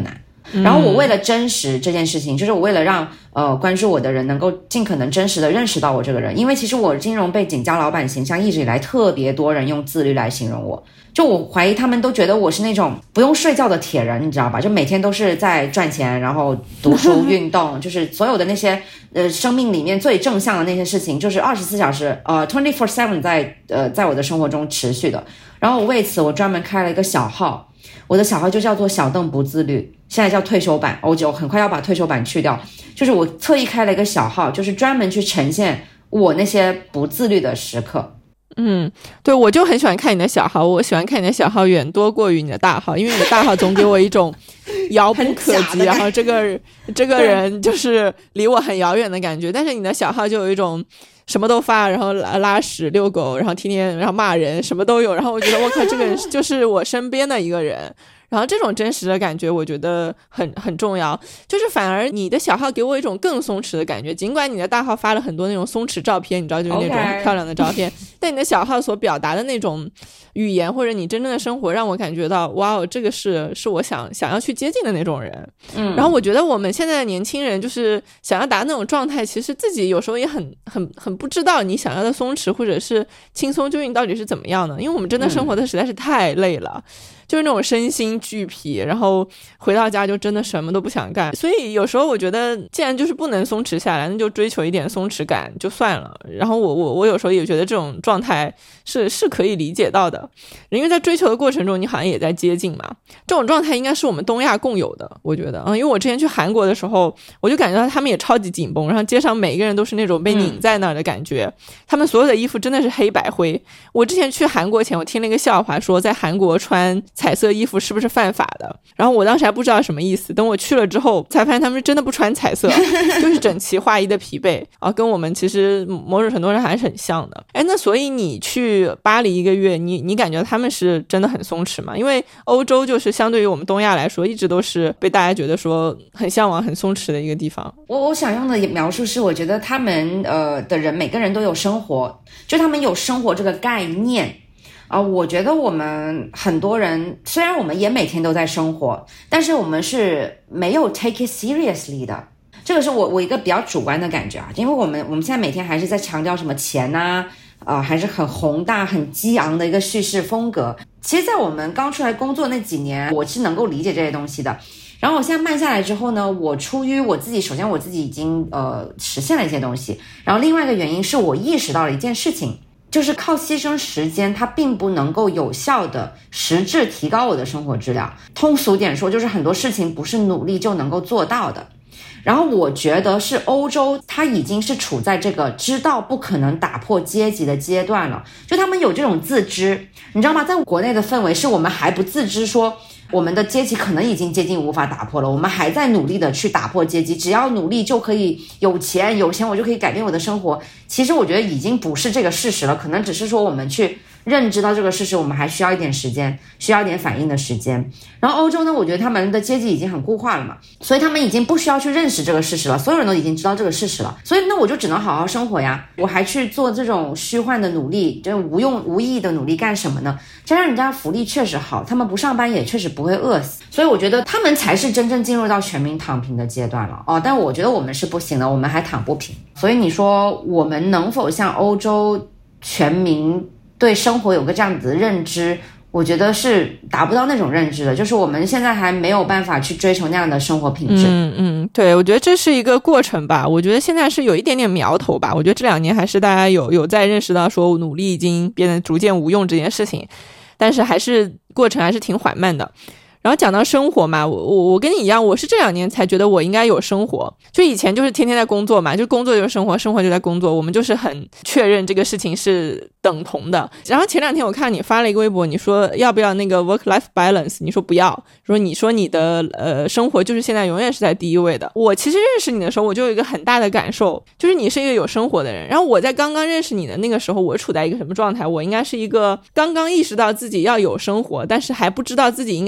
然后我为了真实这件事情，就是我为了让呃关注我的人能够尽可能真实的认识到我这个人，因为其实我金融背景加老板形象一直以来特别多人用自律来形容我，就我怀疑他们都觉得我是那种不用睡觉的铁人，你知道吧？就每天都是在赚钱，然后读书、运动，就是所有的那些呃生命里面最正向的那些事情，就是二十四小时呃 twenty four seven 在呃在我的生活中持续的。然后我为此我专门开了一个小号，我的小号就叫做小邓不自律，现在叫退休版，我就很快要把退休版去掉，就是我特意开了一个小号，就是专门去呈现我那些不自律的时刻。 嗯，对，我就很喜欢看你的小号，我喜欢看你的小号远多过于你的大号，因为你的大号总给我一种遥不可及，然后这个这个人就是离我很遥远的感觉，但是你的小号就有一种什么都发，然后拉拉屎遛狗，然后天天然后骂人，什么都有，然后我觉得我靠，这个人就是我身边的一个人。然后这种真实的感觉我觉得很很重要，就是反而你的小号给我一种更松弛的感觉，尽管你的大号发了很多那种松弛照片，你知道，就是那种很漂亮的照片、okay. 但你的小号所表达的那种语言或者你真正的生活让我感觉到哇哦，这个是是我想想要去接近的那种人。嗯，然后我觉得我们现在的年轻人就是想要达那种状态，其实自己有时候也很很很不知道你想要的松弛或者是轻松究竟到底是怎么样的，因为我们真的生活的实在是太累了、嗯，就是那种身心俱疲，然后回到家就真的什么都不想干，所以有时候我觉得既然就是不能松弛下来，那就追求一点松弛感就算了。然后我我我有时候也觉得这种状态是是可以理解到的，因为在追求的过程中你好像也在接近嘛，这种状态应该是我们东亚共有的，我觉得嗯，因为我之前去韩国的时候我就感觉到他们也超级紧绷，然后街上每一个人都是那种被拧在那儿的感觉、嗯、他们所有的衣服真的是黑白灰。我之前去韩国前我听了一个笑话，说在韩国穿彩色衣服是不是犯法的，然后我当时还不知道什么意思，等我去了之后才发现他们真的不穿彩色就是整齐划一的疲惫啊，跟我们其实某种程度上还是很像的。哎，那所以你去巴黎一个月，你你感觉他们是真的很松弛吗？因为欧洲就是相对于我们东亚来说一直都是被大家觉得说很向往很松弛的一个地方。 我我想用的描述是我觉得他们呃的人每个人都有生活，就他们有生活这个概念啊、呃，我觉得我们很多人虽然我们也每天都在生活，但是我们是没有 take it seriously 的，这个是我我一个比较主观的感觉啊，因为我们我们现在每天还是在强调什么钱啊，呃，还是很宏大很激昂的一个叙事风格。其实在我们刚出来工作那几年，我是能够理解这些东西的。然后我现在慢下来之后呢，我出于我自己，首先我自己已经呃实现了一些东西，然后另外一个原因是我意识到了一件事情，就是靠牺牲时间它并不能够有效的实质提高我的生活质量。通俗点说，就是很多事情不是努力就能够做到的。然后我觉得是欧洲它已经是处在这个知道不可能打破阶级的阶段了，就他们有这种自知，你知道吗？在国内的氛围是我们还不自知，说我们的阶级可能已经接近无法打破了，我们还在努力的去打破阶级，只要努力就可以有钱，有钱我就可以改变我的生活。其实我觉得已经不是这个事实了，可能只是说我们去认知到这个事实，我们还需要一点时间，需要一点反应的时间。然后欧洲呢，我觉得他们的阶级已经很固化了嘛，所以他们已经不需要去认识这个事实了，所有人都已经知道这个事实了，所以那我就只能好好生活呀，我还去做这种虚幻的努力，就无用无意义的努力干什么呢？加上人家福利确实好，他们不上班也确实不会饿死，所以我觉得他们才是真正进入到全民躺平的阶段了哦。但我觉得我们是不行的，我们还躺不平。所以你说我们能否像欧洲全民对生活有个这样子的认知，我觉得是达不到那种认知的，就是我们现在还没有办法去追求那样的生活品质。 嗯嗯，对，我觉得这是一个过程吧，我觉得现在是有一点点苗头吧，我觉得这两年还是大家有有在认识到说努力已经变得逐渐无用这件事情，但是还是过程还是挺缓慢的。然后讲到生活嘛，我我我跟你一样，我是这两年才觉得我应该有生活，就以前就是天天在工作嘛，就工作就是生活，生活就在工作，我们就是很确认这个事情是等同的。然后前两天我看你发了一个微博，你说要不要那个 work life balance， 你说不要，说你说你的呃生活就是现在永远是在第一位的。我其实认识你的时候，我就有一个很大的感受，就是你是一个有生活的人。然后我在刚刚认识你的那个时候，我处在一个什么状态？我应该是一个刚刚意识到自己要有生活，但是还不知道自己应该怎么去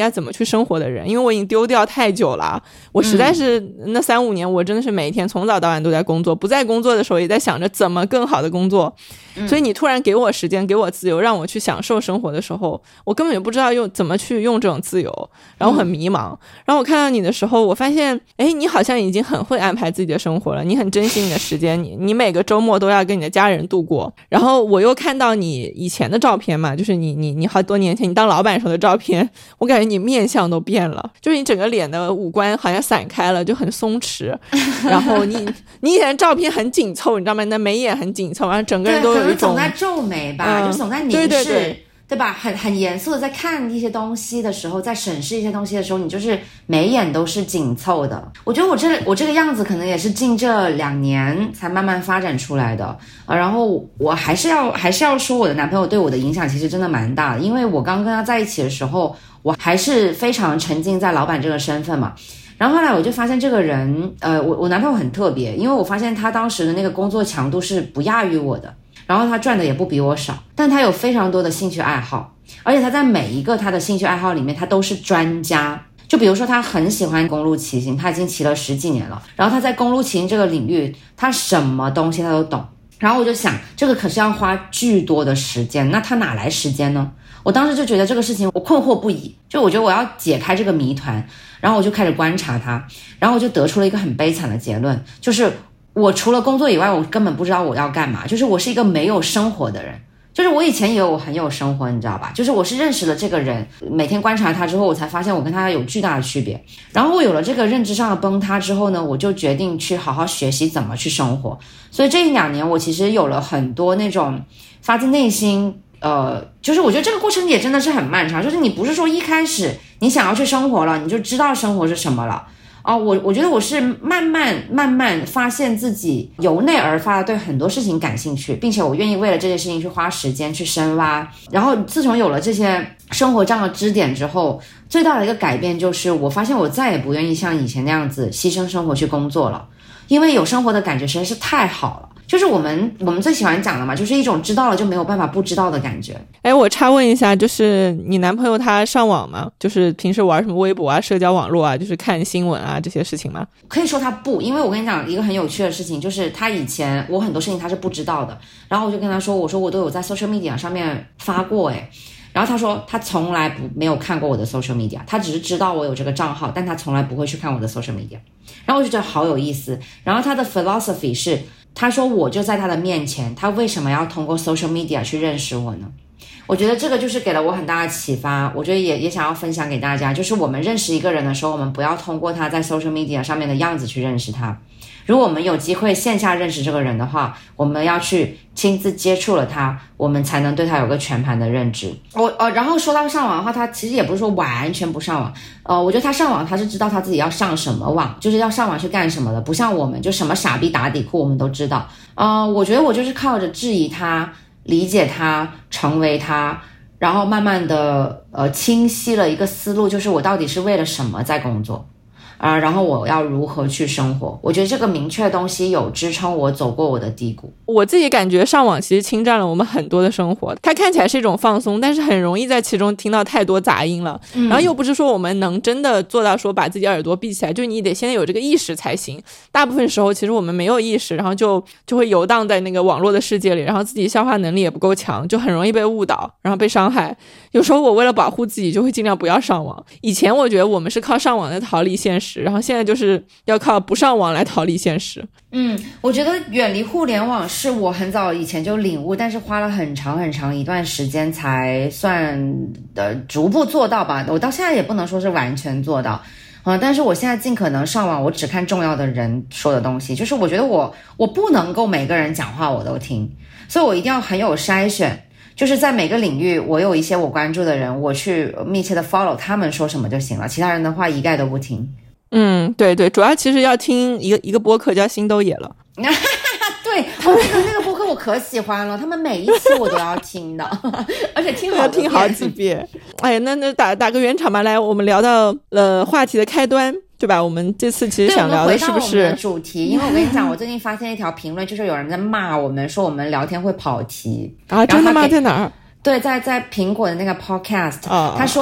生活的人，因为我已经丢掉太久了，我实在是、嗯、那三五年我真的是每一天从早到晚都在工作，不在工作的时候也在想着怎么更好的工作、嗯、所以你突然给我时间给我自由让我去享受生活的时候，我根本就不知道用怎么去用这种自由，然后很迷茫、嗯、然后我看到你的时候我发现哎，你好像已经很会安排自己的生活了，你很珍惜你的时间，你你每个周末都要跟你的家人度过，然后我又看到你以前的照片嘛，就是你你你好多年前你当老板时候的照片，我感觉你面相都变了，就是你整个脸的五官好像散开了，就很松弛然后你你以前照片很紧凑，你知道吗？你的眉眼很紧凑，然后整个人都有一种对，可能总在皱眉吧、嗯、就总在凝视， 对对对对吧？很很严肃的在看一些东西的时候，在审视一些东西的时候，你就是眉眼都是紧凑的。我觉得我这我这个样子可能也是近这两年才慢慢发展出来的啊。然后我还是要还是要说，我的男朋友对我的影响其实真的蛮大的，因为我刚跟他在一起的时候，我还是非常沉浸在老板这个身份嘛。然后后来我就发现这个人，呃，我我男朋友很特别，因为我发现他当时的那个工作强度是不亚于我的。然后他赚的也不比我少，但他有非常多的兴趣爱好，而且他在每一个他的兴趣爱好里面他都是专家。就比如说他很喜欢公路骑行，他已经骑了十几年了，然后他在公路骑行这个领域他什么东西他都懂。然后我就想，这个可是要花巨多的时间，那他哪来时间呢？我当时就觉得这个事情我困惑不已，就我觉得我要解开这个谜团。然后我就开始观察他，然后我就得出了一个很悲惨的结论，就是我除了工作以外我根本不知道我要干嘛，就是我是一个没有生活的人。就是我以前以为我很有生活，你知道吧，就是我是认识了这个人，每天观察他之后我才发现我跟他有巨大的区别。然后我有了这个认知上的崩塌之后呢，我就决定去好好学习怎么去生活。所以这一两年我其实有了很多那种发自内心呃，就是我觉得这个过程也真的是很漫长，就是你不是说一开始你想要去生活了你就知道生活是什么了哦，我我觉得我是慢慢慢慢发现自己由内而发的对很多事情感兴趣，并且我愿意为了这些事情去花时间去深挖。然后自从有了这些生活这样的支点之后，最大的一个改变就是我发现我再也不愿意像以前那样子牺牲生活去工作了，因为有生活的感觉实在是太好了。就是我们我们最喜欢讲的嘛，就是一种知道了就没有办法不知道的感觉。 哎，我插问一下，就是你男朋友他上网吗？就是平时玩什么微博啊、社交网络啊，就是看新闻啊这些事情吗？ 可以说他不，因为我跟你讲一个很有趣的事情，就是他以前我很多事情他是不知道的，然后我就跟他说，我说我都有在 social media 上面发过诶。然后他说他从来不没有看过我的 social media， 他只是知道我有这个账号，但他从来不会去看我的 social media。 然后我就觉得好有意思。然后他的 philosophy 是，他说我就在他的面前，他为什么要通过 social media 去认识我呢？我觉得这个就是给了我很大的启发，我觉得也也想要分享给大家，就是我们认识一个人的时候，我们不要通过他在 social media 上面的样子去认识他。如果我们有机会线下认识这个人的话，我们要去亲自接触了他，我们才能对他有个全盘的认知。我呃，然后说到上网的话，他其实也不是说完全不上网，呃，我觉得他上网他是知道他自己要上什么网，就是要上网去干什么的，不像我们就什么傻逼打底裤我们都知道。呃，我觉得我就是靠着质疑他、理解他、成为他，然后慢慢的呃清晰了一个思路，就是我到底是为了什么在工作。啊，然后我要如何去生活？我觉得这个明确的东西有支撑我走过我的低谷。 我自己感觉上网其实侵占了我们很多的生活，它看起来是一种放松，但是很容易在其中听到太多杂音了、嗯、然后又不是说我们能真的做到说把自己耳朵闭起来，就你得先有这个意识才行。大部分时候其实我们没有意识，然后就就会游荡在那个网络的世界里，然后自己消化能力也不够强，就很容易被误导，然后被伤害。有时候我为了保护自己就会尽量不要上网。以前我觉得我们是靠上网来逃离现实，然后现在就是要靠不上网来逃离现实。 嗯，我觉得远离互联网是我很早以前就领悟，但是花了很长很长一段时间才算的逐步做到吧。我到现在也不能说是完全做到啊、呃，但是我现在尽可能上网，我只看重要的人说的东西。就是我觉得我我不能够每个人讲话我都听，所以我一定要很有筛选。就是在每个领域我有一些我关注的人，我去密切的 follow 他们说什么就行了，其他人的话一概都不听。 嗯，对对，主要其实要听一个一个播客叫新都野了。 对，那个那个播客我可喜欢了，他们每一期我都要听的，而且听好要听好几遍。哎呀，那那打打个圆场吧，来，我们聊到了话题的开端。对吧？我们这次其实想聊的是不是？ 对，我们回到我们的主题，因为我跟你讲，我最近发现一条评论，就是有人在骂我们，说我们聊天会跑题啊！真的吗？在哪儿？ 对，在在苹果的那个 podcast，、哦、他说、哦、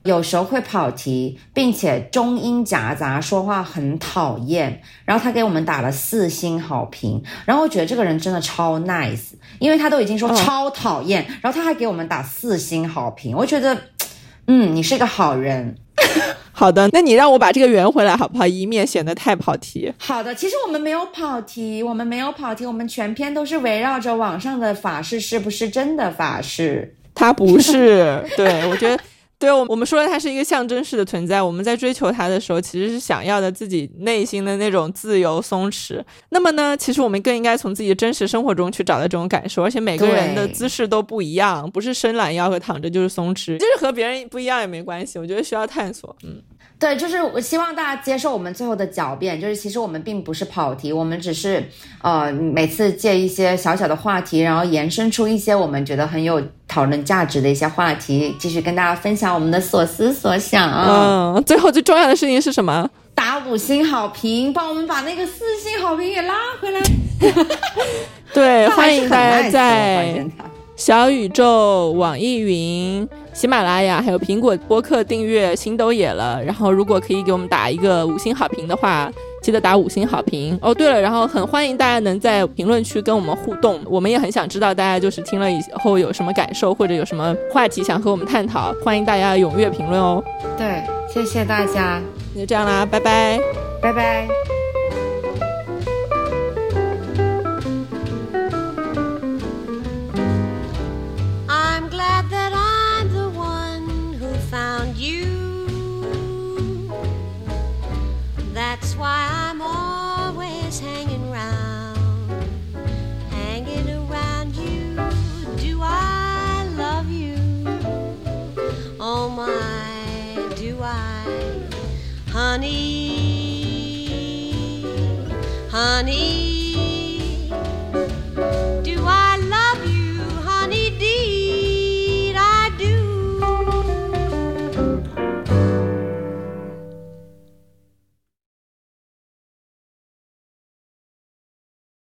有时候会跑题，并且中英夹杂，说话很讨厌。然后他给我们打了四星好评，然后我觉得这个人真的超 nice， 因为他都已经说超讨厌，哦，然后他还给我们打四星好评，我觉得嗯，你是一个好人。 好的，那你让我把这个圆回来好不好，以免显得太跑题。 好的，其实我们没有跑题，我们没有跑题，我们全篇都是围绕着网上的法事是不是真的法事。 它不是对，我觉得对，我们说它是一个象征式的存在，我们在追求它的时候其实是想要的自己内心的那种自由松弛。那么呢，其实我们更应该从自己的真实生活中去找到这种感受，而且每个人的姿势都不一样，不是伸懒腰和躺着就是松弛，就是和别人不一样也没关系，我觉得需要探索。嗯， 对，就是我希望大家接受我们最后的狡辩，就是其实我们并不是跑题，我们只是呃每次借一些小小的话题，然后延伸出一些我们觉得很有讨论价值的一些话题，继续跟大家分享我们的所思所想。 嗯，最后最重要的事情是什么？ 打五星好评，帮我们把那个四星好评也拉回来。 对，欢迎大家在小宇宙、网易云、喜马拉雅还有苹果播客订阅新都野了，然后如果可以给我们打一个五星好评的话，记得打五星好评哦。对了，然后很欢迎大家能在评论区跟我们互动，我们也很想知道大家就是听了以后有什么感受，或者有什么话题想和我们探讨，欢迎大家踊跃评论哦。 对，谢谢大家， 就这样啦，拜拜， 拜拜。 That's why I'm always hanging round, hanging around you. Do I love you? Oh my, do I? Honey, honey